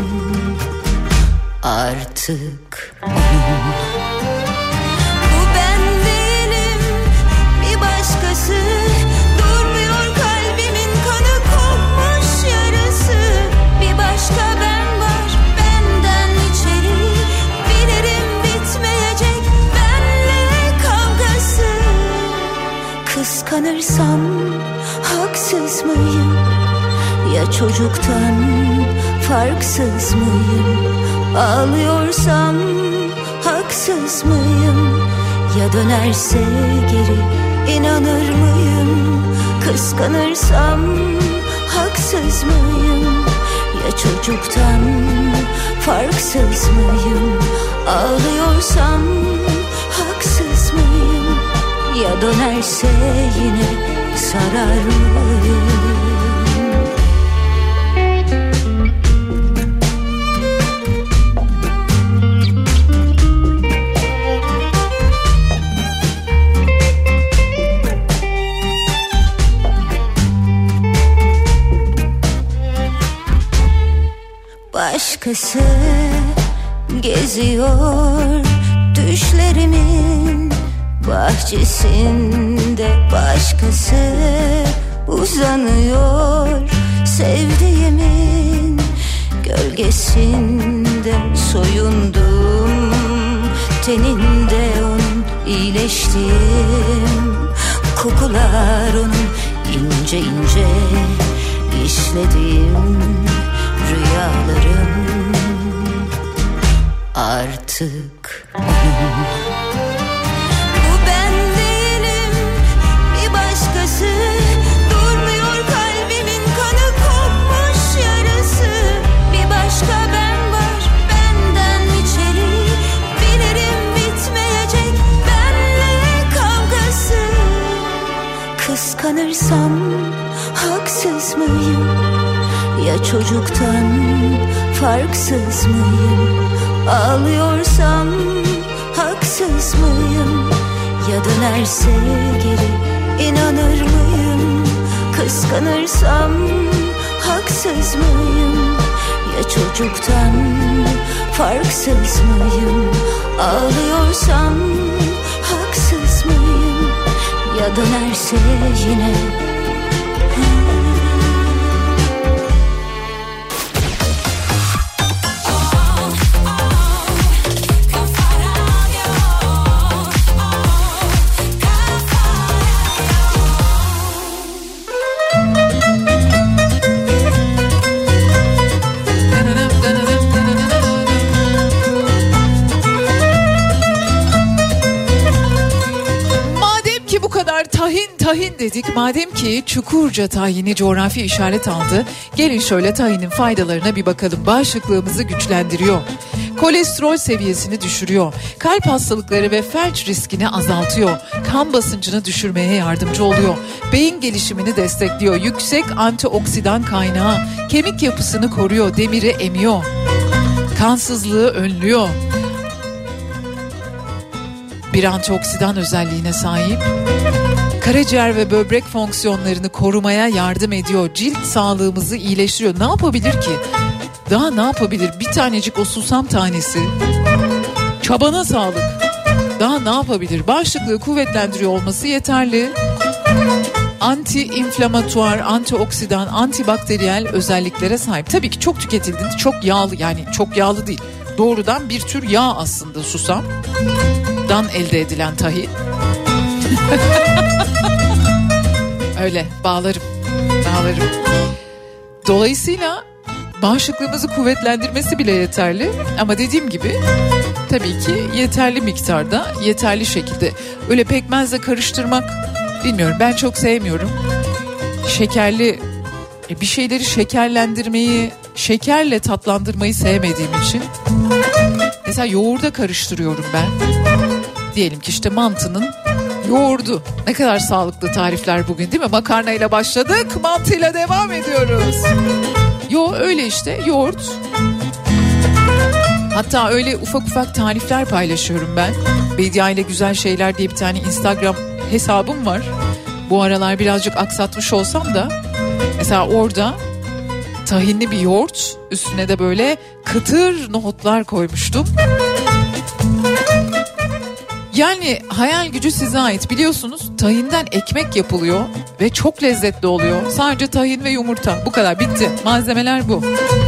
artık onun. Bu ben değilim, bir başkası. Durmuyor kalbimin kanı kopmuş yarası. Bir başka ben var, benden içeri. Bilirim bitmeyecek benle kavgası. Kıskanırsam haksız mıyım? Ya çocuktan farksız mıyım? Ağlıyorsam haksız mıyım? Ya dönerse geri inanır mıyım? Kıskanırsam haksız mıyım? Ya çocuktan farksız mıyım? Ağlıyorsam haksız mıyım? Ya dönerse yine sarar mıyım? Başkası geziyor düşlerimin bahçesinde. Başkası uzanıyor sevdiğimin gölgesinde. Soyundum teninde onun, iyileştim. Kokular onun ince ince işlediğim rüyalarım artık onun. Bu ben değilim, bir başkası. Durmuyor kalbimin kanı kopmuş yarası. Bir başka ben var, benden içeri. Bilirim bitmeyecek benle kavgası. Kıskanırsam haksız mıyım? Ya çocuktan farksız mıyım? Ağlıyorsam haksız mıyım? Ya dönerse geri inanır mıyım? Kıskanırsam haksız mıyım? Ya çocuktan farksız mıyım? Ağlıyorsam haksız mıyım? Ya dönerse yine. Tahin dedik, madem ki Çukurca tahini coğrafi işaret aldı, gelin şöyle tahinin faydalarına bir bakalım. Bağışıklığımızı güçlendiriyor, kolesterol seviyesini düşürüyor, kalp hastalıkları ve felç riskini azaltıyor, kan basıncını düşürmeye yardımcı oluyor, beyin gelişimini destekliyor, yüksek antioksidan kaynağı, kemik yapısını koruyor, demiri emiyor, kansızlığı önlüyor, bir antioksidan özelliğine sahip. Karaciğer ve böbrek fonksiyonlarını korumaya yardım ediyor. Cilt sağlığımızı iyileştiriyor. Ne yapabilir ki? Daha ne yapabilir? Bir tanecik o susam tanesi. Çabana sağlık. Daha ne yapabilir? Bağışıklığı kuvvetlendiriyor olması yeterli. Anti-inflamatuar, antioksidan, antibakteriyel özelliklere sahip. Tabii ki çok tüketildiğinde çok yağlı, yani çok yağlı değil. Doğrudan bir tür yağ aslında susamdan elde edilen tahin. Öyle bağlarım, bağlarım. Dolayısıyla bağışıklığımızı kuvvetlendirmesi bile yeterli. Ama dediğim gibi tabii ki yeterli miktarda, yeterli şekilde. Öyle pekmezle karıştırmak, bilmiyorum, ben çok sevmiyorum. Şekerli bir şeyleri şekerlendirmeyi, şekerle tatlandırmayı sevmediğim için. Mesela yoğurda karıştırıyorum ben. Diyelim ki işte mantının yoğurdu. Ne kadar sağlıklı tarifler bugün, değil mi? Makarnayla başladık, mantıyla devam ediyoruz. Yo öyle işte, yoğurt. Hatta öyle ufak ufak tarifler paylaşıyorum ben. Bedia ile Güzel Şeyler diye bir tane Instagram hesabım var. Bu aralar birazcık aksatmış olsam da mesela orada tahinli bir yoğurt, üstüne de böyle kıtır nohutlar koymuştum. Yani hayal gücü size ait, biliyorsunuz tahinden ekmek yapılıyor ve çok lezzetli oluyor. Sadece tahin ve yumurta, bu kadar, bitti. Malzemeler bu.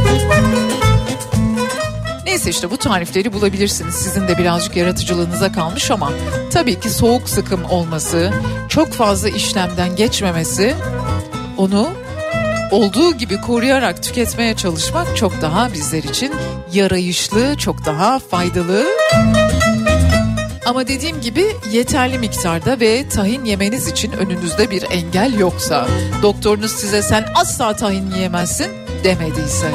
Neyse işte bu tarifleri bulabilirsiniz. Sizin de birazcık yaratıcılığınıza kalmış ama tabii ki soğuk sıkım olması, çok fazla işlemden geçmemesi, onu olduğu gibi koruyarak tüketmeye çalışmak çok daha bizler için yarayışlı, çok daha faydalı. Ama dediğim gibi yeterli miktarda ve tahin yemeniz için önünüzde bir engel yoksa, doktorunuz size sen asla tahin yiyemezsin demediyse.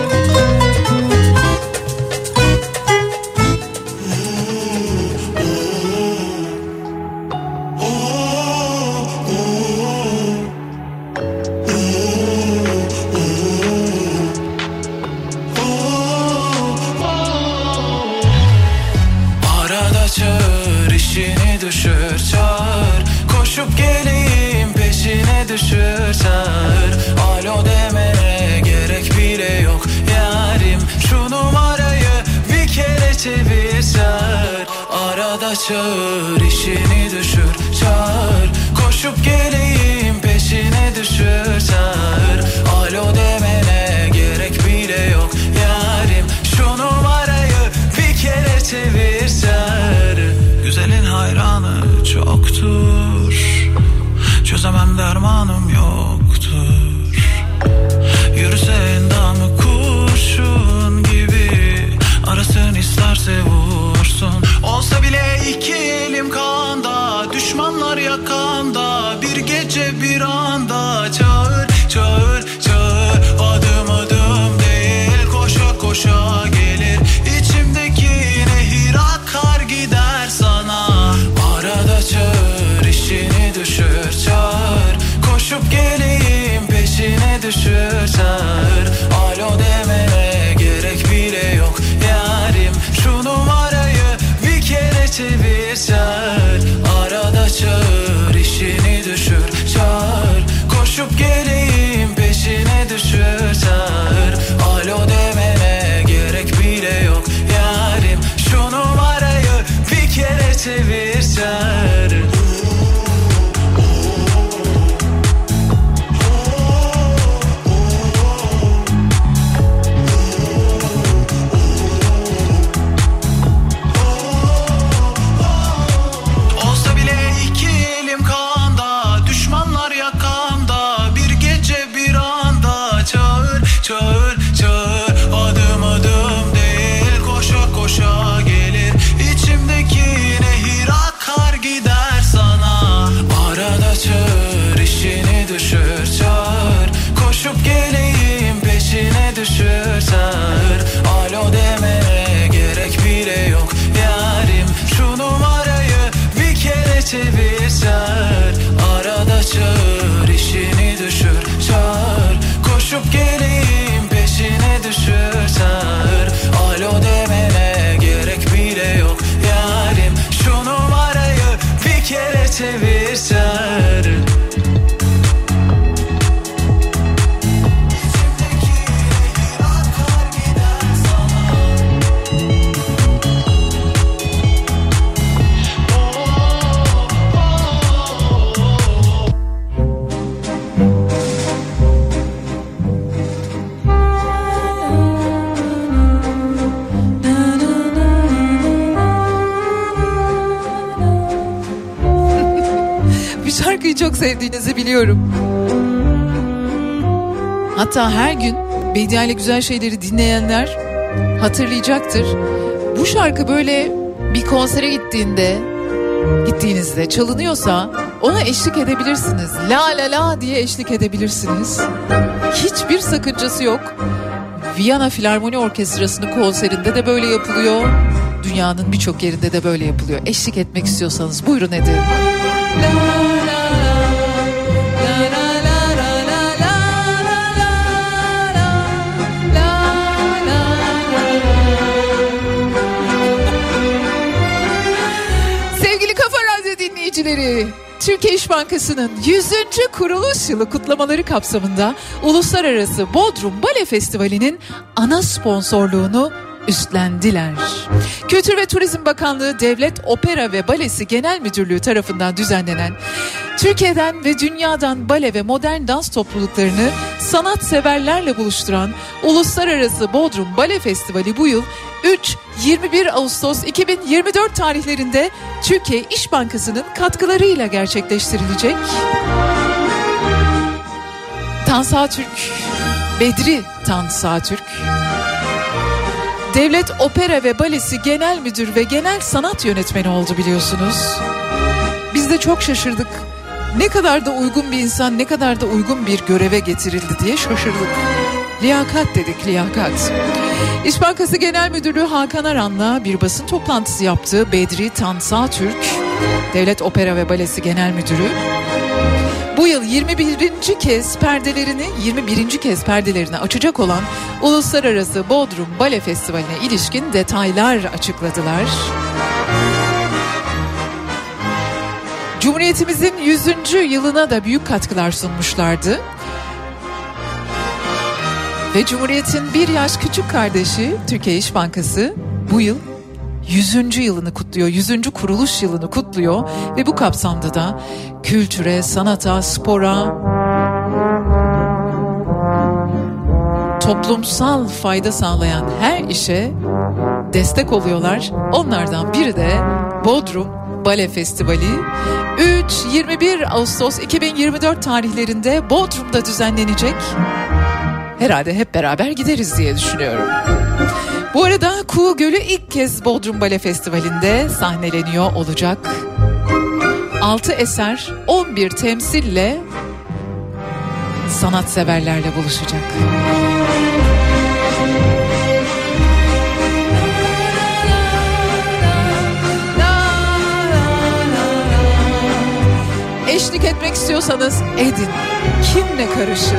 Koşup geleyim peşine düşür çağır. Alo demene gerek bile yok yarim. Şu numarayı bir kere çevir çağır. Arada çağır, işini düşür çağır. Koşup geleyim peşine düşür çağır. Alo demene gerek bile yok yarim. Şu numarayı bir kere çevir çağır. Güzelin hayranı çoktur, çözemem dermanım yoktur. Yürüse endamı kurşun gibi, arasın isterse vursun. Olsa bile iki elim kanda, düşmanlar yakanda. Bir gece bir anda çağır, çağır, çağır. Adım adım değil, koşa koşa gelir. İçimdeki nehir akar gider sana. Arada çağır, işini düşür çağır. Koşup geleyim peşine düşür çağır. Alo demene gerek bile yok yarim. Şu numarayı bir kere çevir çağır. Arada çağır, işini düşür çağır. Koşup geleyim peşine düşür çağır. Alo demene gerek bile yok yarim. Şu numarayı bir kere çevir çağır. Olsa bile iki elim kanda, düşmanlar yakamda. Bir gece bir anda çağır, çağır, çağır. Adım adım değil, koşa koşa gelir. İçimdeki nehir akar gider sana. Arada çağır, işini düşür çağır. Koşup geleyim peşine düşür çağır. Alo demene gerek bile yok yarim. Şu numarayı bir kere çevir çağır. Arada çağır, işini düşür çağır. Koşup geleyim peşine düşür çağır. Alo demene gerek bile yok yarim. Şu numarayı bir kere çevir çağır. Şarkıyı çok sevdiğinizi biliyorum. Hatta her gün Bedia ile Güzel Şeyleri dinleyenler hatırlayacaktır. Bu şarkı böyle bir konsere gittiğinde, gittiğinizde çalınıyorsa ona eşlik edebilirsiniz. La la la diye eşlik edebilirsiniz. Hiçbir sakıncası yok. Viyana Filarmoni Orkestrası'nın konserinde de böyle yapılıyor. Dünyanın birçok yerinde de böyle yapılıyor. Eşlik etmek istiyorsanız buyurun edin. La Türkiye İş Bankası'nın yüzüncü kuruluş yılı kutlamaları kapsamında Uluslararası Bodrum Bale Festivali'nin ana sponsorluğunu üstlendiler. Kültür ve Turizm Bakanlığı Devlet Opera ve Balesi Genel Müdürlüğü tarafından düzenlenen Türkiye'den ve dünyadan bale ve modern dans topluluklarını sanatseverlerle buluşturan Uluslararası Bodrum Bale Festivali bu yıl üç yirmi bir Ağustos iki bin yirmi dört tarihlerinde Türkiye İş Bankası'nın katkılarıyla gerçekleştirilecek. Tansu Türk, Bedri Tansu Türk, Devlet Opera ve Balesi Genel Müdür ve Genel Sanat Yönetmeni oldu biliyorsunuz. Biz de çok şaşırdık. Ne kadar da uygun bir insan, ne kadar da uygun bir göreve getirildi diye şaşırdık. Liyakat dedik, liyakat. İş Bankası Genel Müdürlüğü Hakan Aran'la bir basın toplantısı yaptı. Bedri Tansu Türk, Devlet Opera ve Balesi Genel Müdürü, bu yıl yirmi birinci kez perdelerini yirmi birinci kez perdelerini açacak olan Uluslararası Bodrum Bale Festivali'ne ilişkin detaylar açıkladılar. Cumhuriyetimizin yüzüncü yılına da büyük katkılar sunmuşlardı. Ve Cumhuriyet'in bir yaş küçük kardeşi Türkiye İş Bankası bu yıl yüzüncü yılını kutluyor, yüzüncü kuruluş yılını kutluyor ve bu kapsamda da kültüre, sanata, spora, toplumsal fayda sağlayan her işe destek oluyorlar. Onlardan biri de Bodrum Bale Festivali. üç yirmi bir Ağustos iki bin yirmi dört tarihlerinde Bodrum'da düzenlenecek. Herhalde hep beraber gideriz diye düşünüyorum. Bu arada Kuğu Gölü ilk kez Bodrum Bale Festivali'nde sahneleniyor olacak. altı eser, on bir temsille sanatseverlerle buluşacak. Eşlik etmek istiyorsanız edin. Kim ne karışır?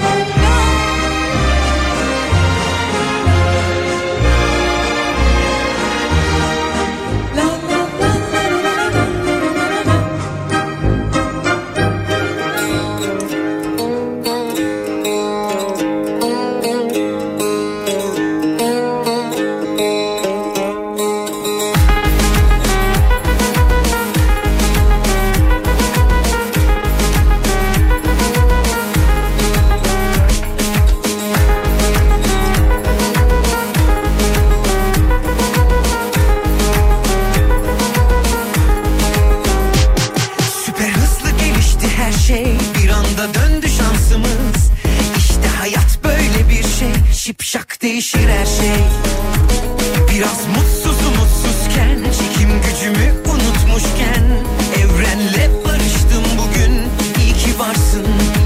Değişir her şey. Biraz mutsuz umutsuzken, çekim gücümü unutmuşken, evrenle barıştım bugün. İyi ki varsın.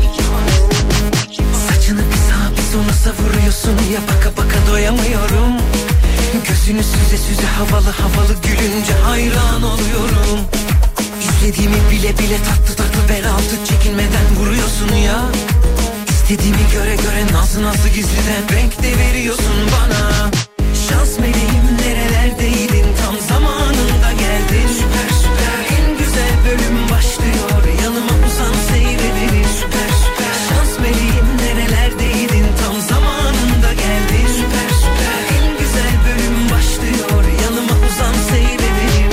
Saçını bir sağa bir sola savuruyorsun ya, baka baka doyamıyorum. Gözünü süze süze havalı havalı gülünce hayran oluyorum. İstediğimi bile bile tatlı tatlı bel altı çekinmeden vuruyorsun ya. İstediğimi göre göre nazlı nazlı gizliden renk de veriyorsun bana. Şans meleğim nerelerdeydin, tam zamanında geldin. Süper süper, en güzel bölüm başlıyor, yanıma uzan seyredelim. Süper süper, şans meleğim nerelerdeydin, tam zamanında geldin. Süper süper, en güzel bölüm başlıyor, yanıma uzan seyredelim.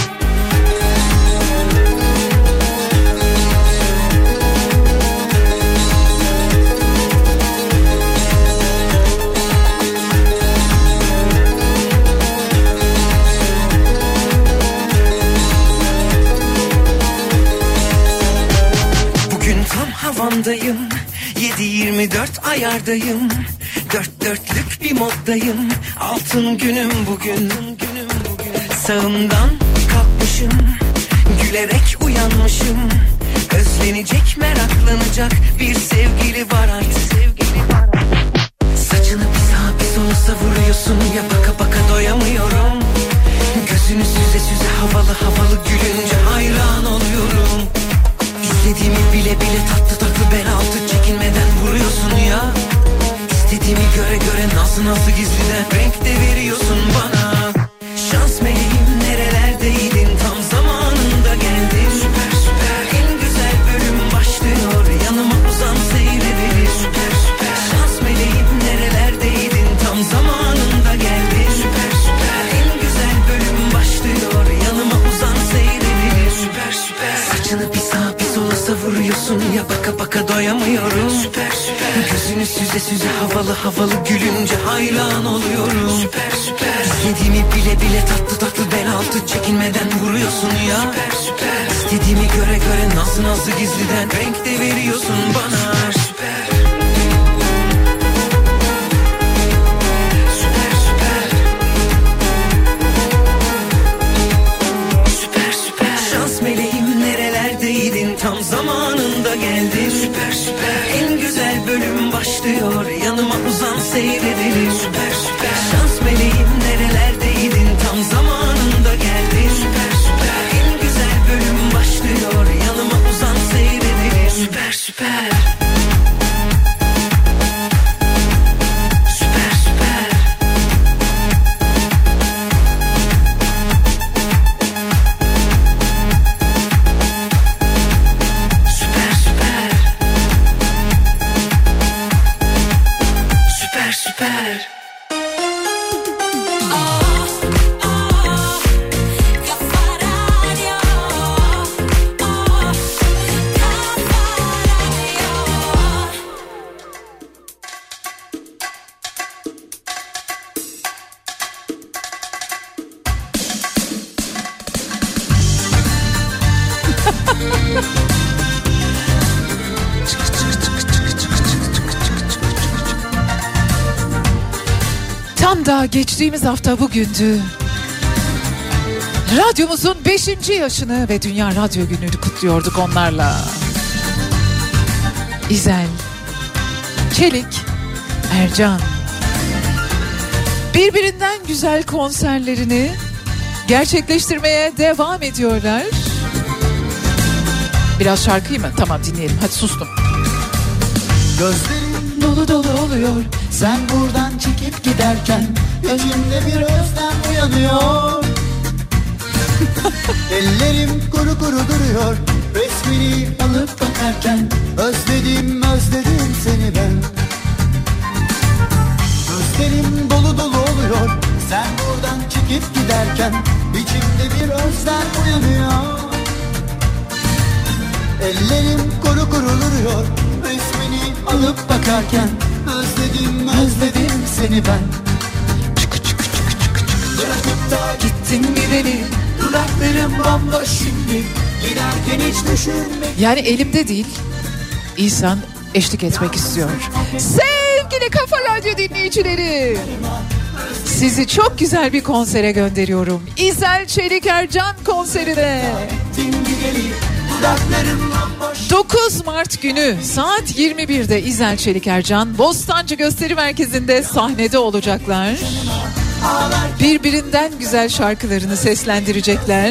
Havamdayım, yedi yirmi dört ayardayım, dört dörtlük bir moddayım, altın günüm bugün. Sağımdan kalkmışım, gülerek uyanmışım, özlenecek meraklanacak bir sevgili var artık. Saçını bir sağa bir sola savuruyorsun ya, baka baka doyamıyorum. Gözünü süze süze havalı havalı gülünce hayran oluyorum. İstediğimi bile bile tatlı tatlı bel altı çekinmeden vuruyorsun ya. İstediğimi göre göre nazlı nazlı gizliden renk de veriyorsun bana. Şans meleğim nerelerdeydin, tam zamanında geldin. Süper süper, en ya, baka baka doyamıyorum. Süper süper. Gözünü süze süze havalı havalı gülünce hayran oluyorum. Süper süper. İstediğimi bile bile tatlı tatlı bel altı çekinmeden vuruyorsun ya. Süper süper. İstediğimi göre göre nazlı nazlı gizliden renk de veriyorsun bana. Süper. Tam zamanında geldin. Süper süper. En güzel bölüm başlıyor. Yanıma uzan seyredelim. Süper süper. Şans meleğim nerelerdeydin? Tam zamanında geldin. Süper süper. En güzel bölüm başlıyor. Yanıma uzan seyredelim. Süper süper. Süper süper. Süper. Tam da geçtiğimiz hafta bugündü. Radyomuzun beşinci yaşını ve Dünya Radyo Günü'nü kutluyorduk onlarla. İzel, Çelik, Ercan. Birbirinden güzel konserlerini gerçekleştirmeye devam ediyorlar. Biraz şarkıyı mı? Tamam, dinleyelim. Hadi sustum. Gözlerim dolu dolu oluyor. Sen buradan çekip giderken içimde bir özlem uyanıyor. Ellerim kuru kuru duruyor. Resmini alıp bakarken özledim özledim seni ben. Gözlerim dolu dolu oluyor. Sen buradan çekip giderken içimde bir özlem uyanıyor. Ellerim kuru kuru duruyor. Resmini alıp bakarken özledim özledim seni ben. Çıkı çıkı çıkı çıkı çıkı. Bırakıp da gittin gideli. Dudaklarım bomboş şimdi. Giderken hiç düşünme. Yani elimde değil. İhsan eşlik etmek istiyor. Sevgili Kafa Radyo dinleyicileri, sizi çok güzel bir konsere gönderiyorum. İzel Çelik Ercan konserine. dokuz Mart günü saat yirmi birde İzel Çelik Ercan Bostancı Gösteri Merkezi'nde sahnede olacaklar. Birbirinden güzel şarkılarını seslendirecekler.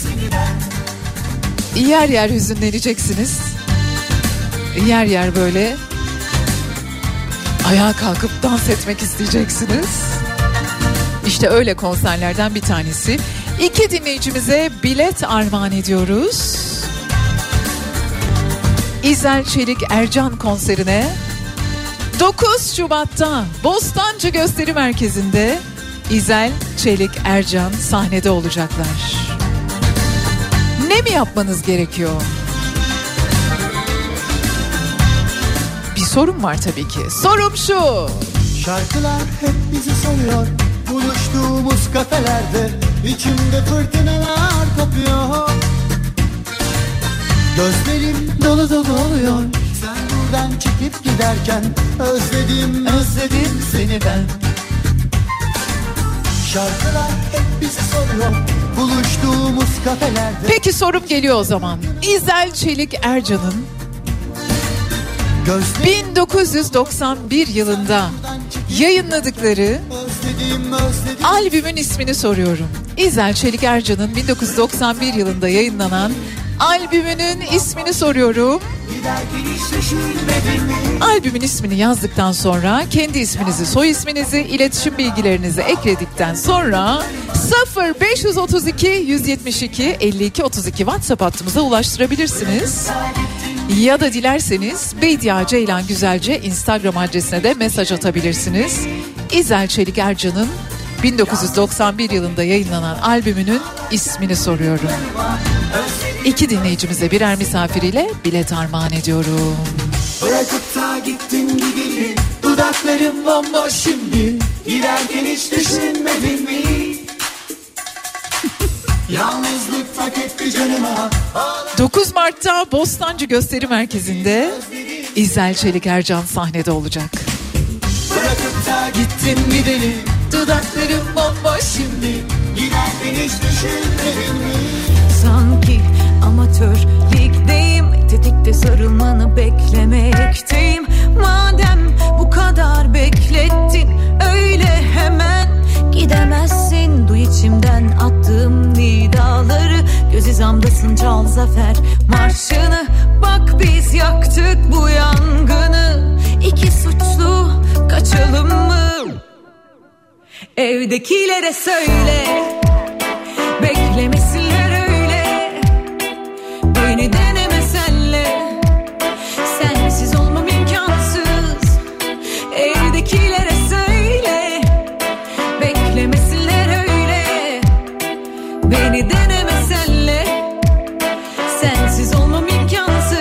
Yer yer hüzünleneceksiniz. Yer yer böyle ayağa kalkıp dans etmek isteyeceksiniz. İşte öyle konserlerden bir tanesi. İki dinleyicimize bilet armağan ediyoruz. İzel Çelik Ercan konserine dokuz Şubat'ta Bostancı Gösteri Merkezi'nde İzel Çelik Ercan sahnede olacaklar. Ne mi yapmanız gerekiyor? Bir sorum var tabii ki. Sorum şu. Şarkılar hep bizi soruyor. Buluştuğumuz kafelerde içimde fırtınalar kopuyor. Gözlerim dolu dolu oluyor. Sen buradan çekip giderken özledim özledim seni ben. Şarkılar hep bizi soruyor. Buluştuğumuz kafelerde. Peki sorum geliyor o zaman. İzel Çelik Ercan'ın bin dokuz yüz doksan bir yılında yayınladıkları özledim, özledim. albümün ismini soruyorum. İzel Çelik Ercan'ın bin dokuz yüz doksan bir yılında yayınlanan albümünün ismini soruyorum. Albümün ismini yazdıktan sonra kendi isminizi, soy isminizi, iletişim bilgilerinizi ekledikten sonra sıfır beş otuz iki yüz yetmiş iki elli iki otuz iki WhatsApp hattımıza ulaştırabilirsiniz. Ya da dilerseniz Bediye Ceylan Güzelce Instagram adresine de mesaj atabilirsiniz. İzel Çelik Ercan'ın bin dokuz yüz doksan bir yılında yayınlanan albümünün ismini soruyorum. İki dinleyicimize birer misafiriyle bilet armağan ediyorum. Bırakıp da gittin gideli, dudaklarım bomboş şimdi. Giderken hiç düşünmedin mi? Yalnızlık fark etti canıma. dokuz Mart'ta Bostancı Gösteri Merkezi'nde İzel Çelik Ercan sahnede olacak. Bırakıp da gittin gideli, dudaklarım bomboş şimdi. Giderken hiç düşünmedin mi? Sanki amatör ligdeyim, tetikte sarılmanı beklemekteyim. Madem bu kadar beklettin, öyle hemen gidemezsin. Duy içimden attığım nidaları, göz hizamdasın, çal zafer marşını. Bak biz yaktık bu yangını, iki suçlu kaçalım mı? Evdekilere söyle, beklemesinler öyle. Beni deneme senle, sensiz olmam imkansız. Evdekilere söyle, beklemesinler öyle. Beni deneme senle, sensiz olmam imkansız.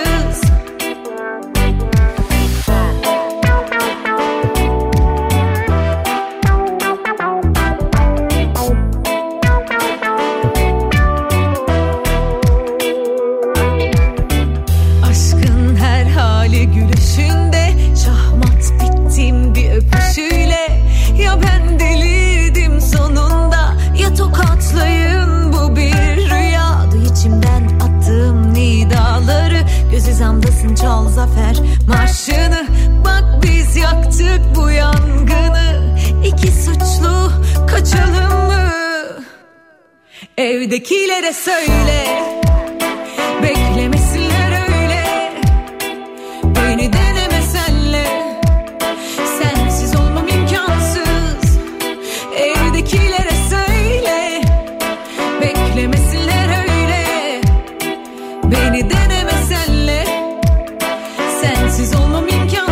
Aşkın her hali gülüşünde, şahmat bittim bir öpüşüyle. Ya ben delirdim sonunda, ya tokatlayın bu bir rüya. Duy içimden attığım nidaları, göz hizamdasın, çal zafer marşını. Bak biz yaktık bu yangını, iki suçlu kaçalım mı? Evdekilere söyle, beklemesinler öyle. Beni deneme senle, sensiz olmam imkansız. Evdekilere söyle, beklemesinler öyle. Beni deneme senle, sensiz olmam imkansız.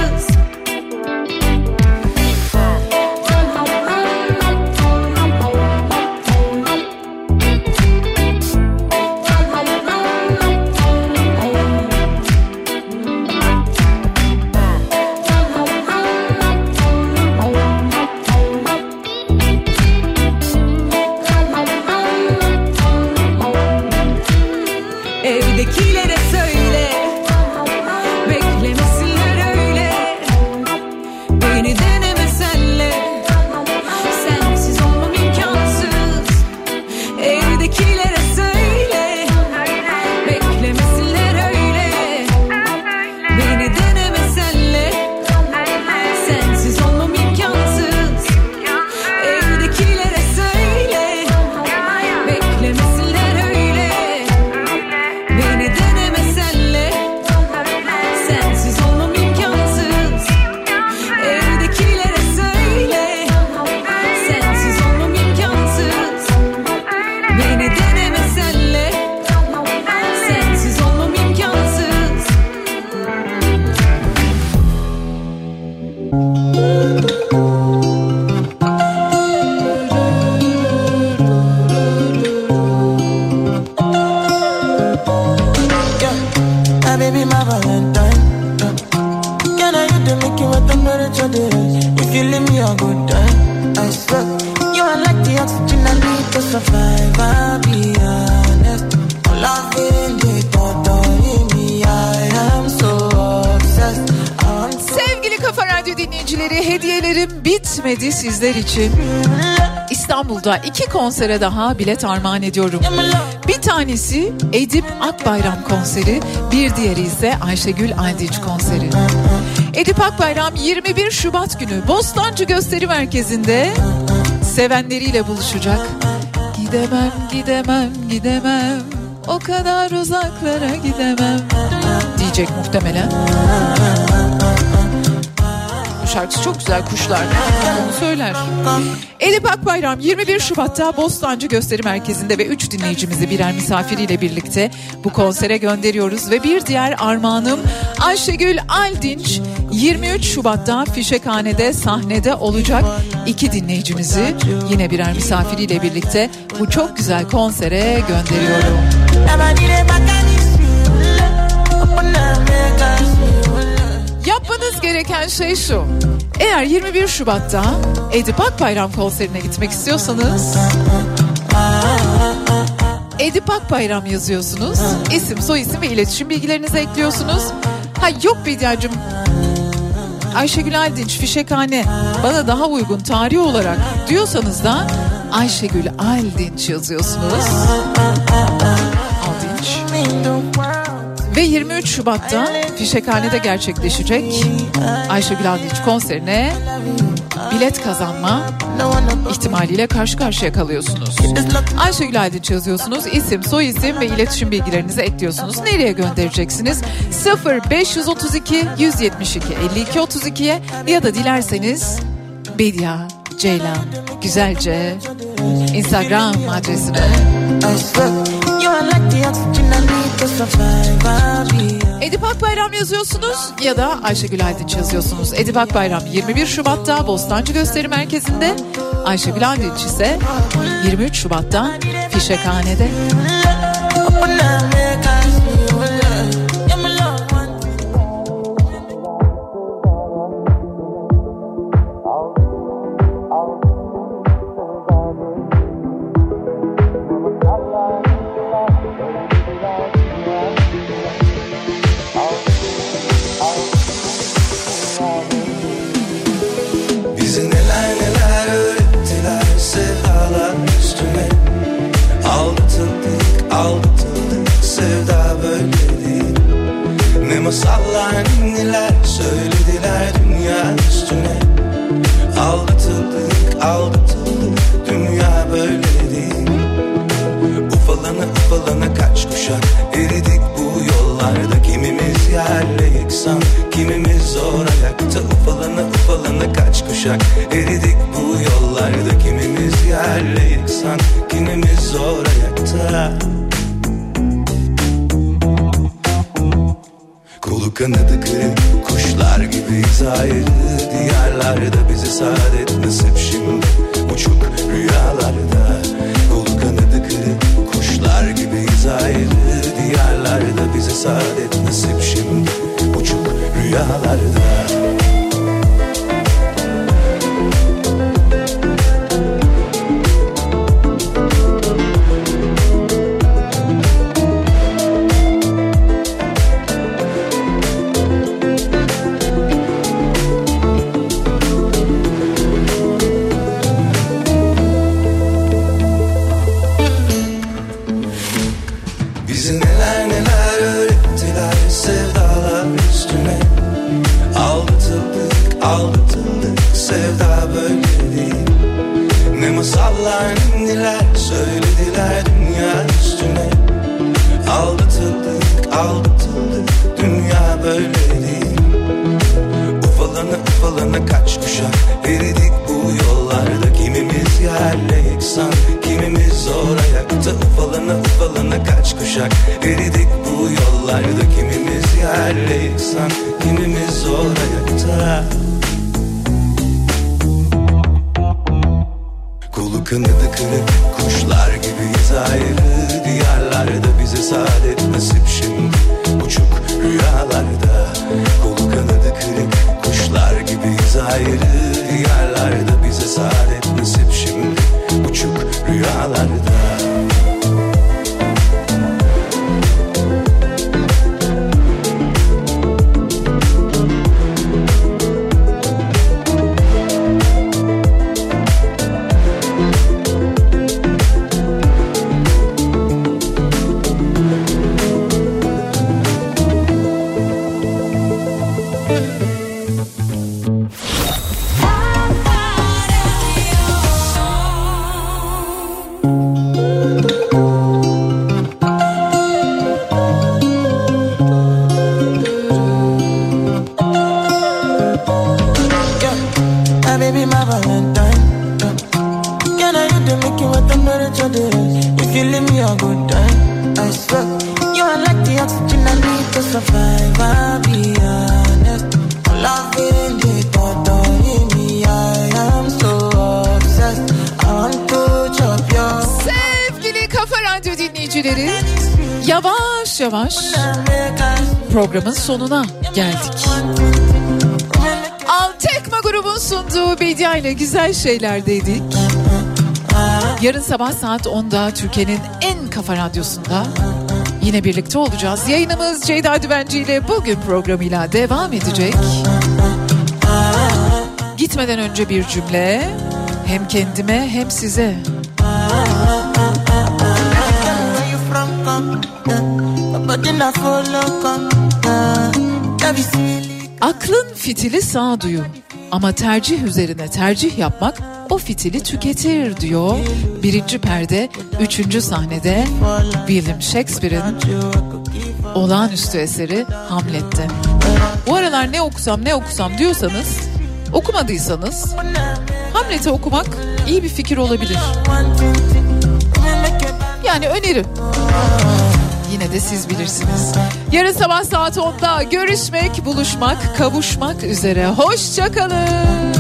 Evdekilere söyle, beklemesinler öyle. Beni deneme senle, sensiz olmam imkansız. Evdekilere söyle, beklemesinler öyle. Beni deneme senle, sensiz olmam imkansız. Evdekilere söyle, beklemesinler öyle. Beni deneme senle, sensiz olmam imkansız. Evdekilere söyle, sensiz olmam imkansız. Beni deneme senle, sensiz olmam imkansız. My baby, my Valentine. Yeah. Can I hit the make you what temperature is? If you leave me a good time, I swear. You are like the oxygen I need to survive. I'll be honest. Loving the thought of me, I am so obsessed. I want to... Sevgili Kafa Radyo dinleyicileri, hediyelerim bitmedi sizler için. İstanbul'da iki konsere daha bilet armağan ediyorum. Bir tanesi Edip Akbayram konseri, bir diğeri ise Ayşegül Aldinç konseri. Edip Akbayram yirmi bir Şubat günü Bostancı Gösteri Merkezi'nde sevenleriyle buluşacak. Gidemem, gidemem, gidemem, o kadar uzaklara gidemem diyecek muhtemelen. Bu şarkısı çok güzel, Kuşlar. Onu söyler. Edip Akbayram yirmi bir Şubat'ta Bostancı Gösteri Merkezi'nde ve üç dinleyicimizi birer misafiriyle birlikte bu konsere gönderiyoruz. Ve bir diğer armağanım Ayşegül Aldinç yirmi üç Şubat'ta Fişekhane'de sahnede olacak. İki dinleyicimizi yine birer misafiriyle birlikte bu çok güzel konsere gönderiyorum. Yapmanız gereken şey şu. Eğer yirmi bir Şubat'ta Edip Akbayram konserine gitmek istiyorsanız Edip Akbayram yazıyorsunuz. İsim, soyisim ve iletişim bilgilerinizi ekliyorsunuz. Ha yok Bediacığım, Ayşegül Aldinç, Fişekhane bana daha uygun tarih olarak diyorsanız da Ayşegül Aldinç yazıyorsunuz. Aldinç. Ve yirmi üç Şubat'ta Fişekhane'de gerçekleşecek Ayşegül Aldinç konserine bilet kazanma ihtimaliyle karşı karşıya kalıyorsunuz. Ayşegül Aldinç yazıyorsunuz. İsim, soyisim ve iletişim bilgilerinizi ekliyorsunuz. Nereye göndereceksiniz? sıfır beş otuz iki yüz yetmiş iki elli iki otuz iki'ye ya da dilerseniz Bedia Ceylan Güzelce Instagram adresine. Edip Akbayram yazıyorsunuz ya da Ayşegül Aldinç yazıyorsunuz. Edip Akbayram yirmi bir Şubat'ta Bostancı Gösteri Merkezi'nde, Ayşegül Aldinç ise yirmi üç Şubat'ta Fişekhane'de. Masallar, ninniler söylediler dünya üstüne. Aldatıldık, aldatıldık, dünya böyle değil. Ufalana ufalana kaç kuşak eridik bu yollarda. Kimimiz yerle yeksan, kimimiz zor ayakta. Ufalana ufalana kaç kuşak eridik bu yollarda. Kimimiz yerle yeksan, kimimiz zor ayakta. Kolu kanadı kırık kuşlar gibiyiz ayrı. Diyarlarda bize saadet nasip şimdi uçuk rüyalarda. Kolu kanadı kırık kuşlar gibiyiz ayrı. Diyarlarda bize saadet nasip şimdi uçuk rüyalarda. Masallar, ninniler söylediler dünya üstüne. Aldatıldık, aldatıldık, dünya böyle değil. Ufalana ufalana kaç kuşak eridik bu yollarda. Kimimiz yerle yeksan, kimimiz zor ayakta. Ufalana ufalana kaç kuşak eridik bu yollarda. Kimimiz yerle yeksan, kimimiz zor ayakta. Kolu kanadı kırık kuşlar gibiyiz ayrı. Diyarlarda bize saadet nasip şimdi uçuk rüyalarda. Kolu kanadı kırık kuşlar gibiyiz ayrı. Diyarlarda bize saadet nasip şimdi uçuk rüyalarda. Yavaş yavaş programın sonuna geldik. Altekma grubun sunduğu Bedia ile güzel şeyler dedik. Yarın sabah saat onda Türkiye'nin en kafa radyosunda yine birlikte olacağız. Yayınımız Ceyda Düvenci ile bugün programıyla devam edecek. Gitmeden önce bir cümle hem kendime hem size. Aklın fitili sağduyu ama tercih üzerine tercih yapmak o fitili tüketir diyor. Birinci perde, üçüncü sahnede William Shakespeare'in olağanüstü eseri Hamlet'te. Bu aralar ne okusam ne okusam diyorsanız, okumadıysanız Hamlet'i okumak iyi bir fikir olabilir. Yani önerim. Yine de siz bilirsiniz. Yarın sabah saat onda görüşmek, buluşmak, kavuşmak üzere. Hoşça kalın.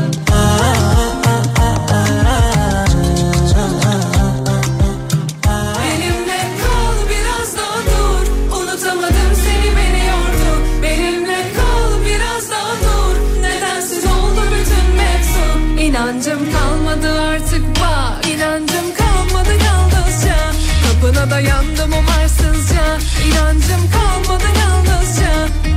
Benimle kal biraz daha dur. Unutamadım seni beni yordu. Benimle kal biraz daha dur. Nedensiz oldu bütün mevzu. İnancım kalmadı artık bak. İnancım kalmadı yalnızca. Kapına dayandım umarsızca. İnancım kalmadı yalnızca.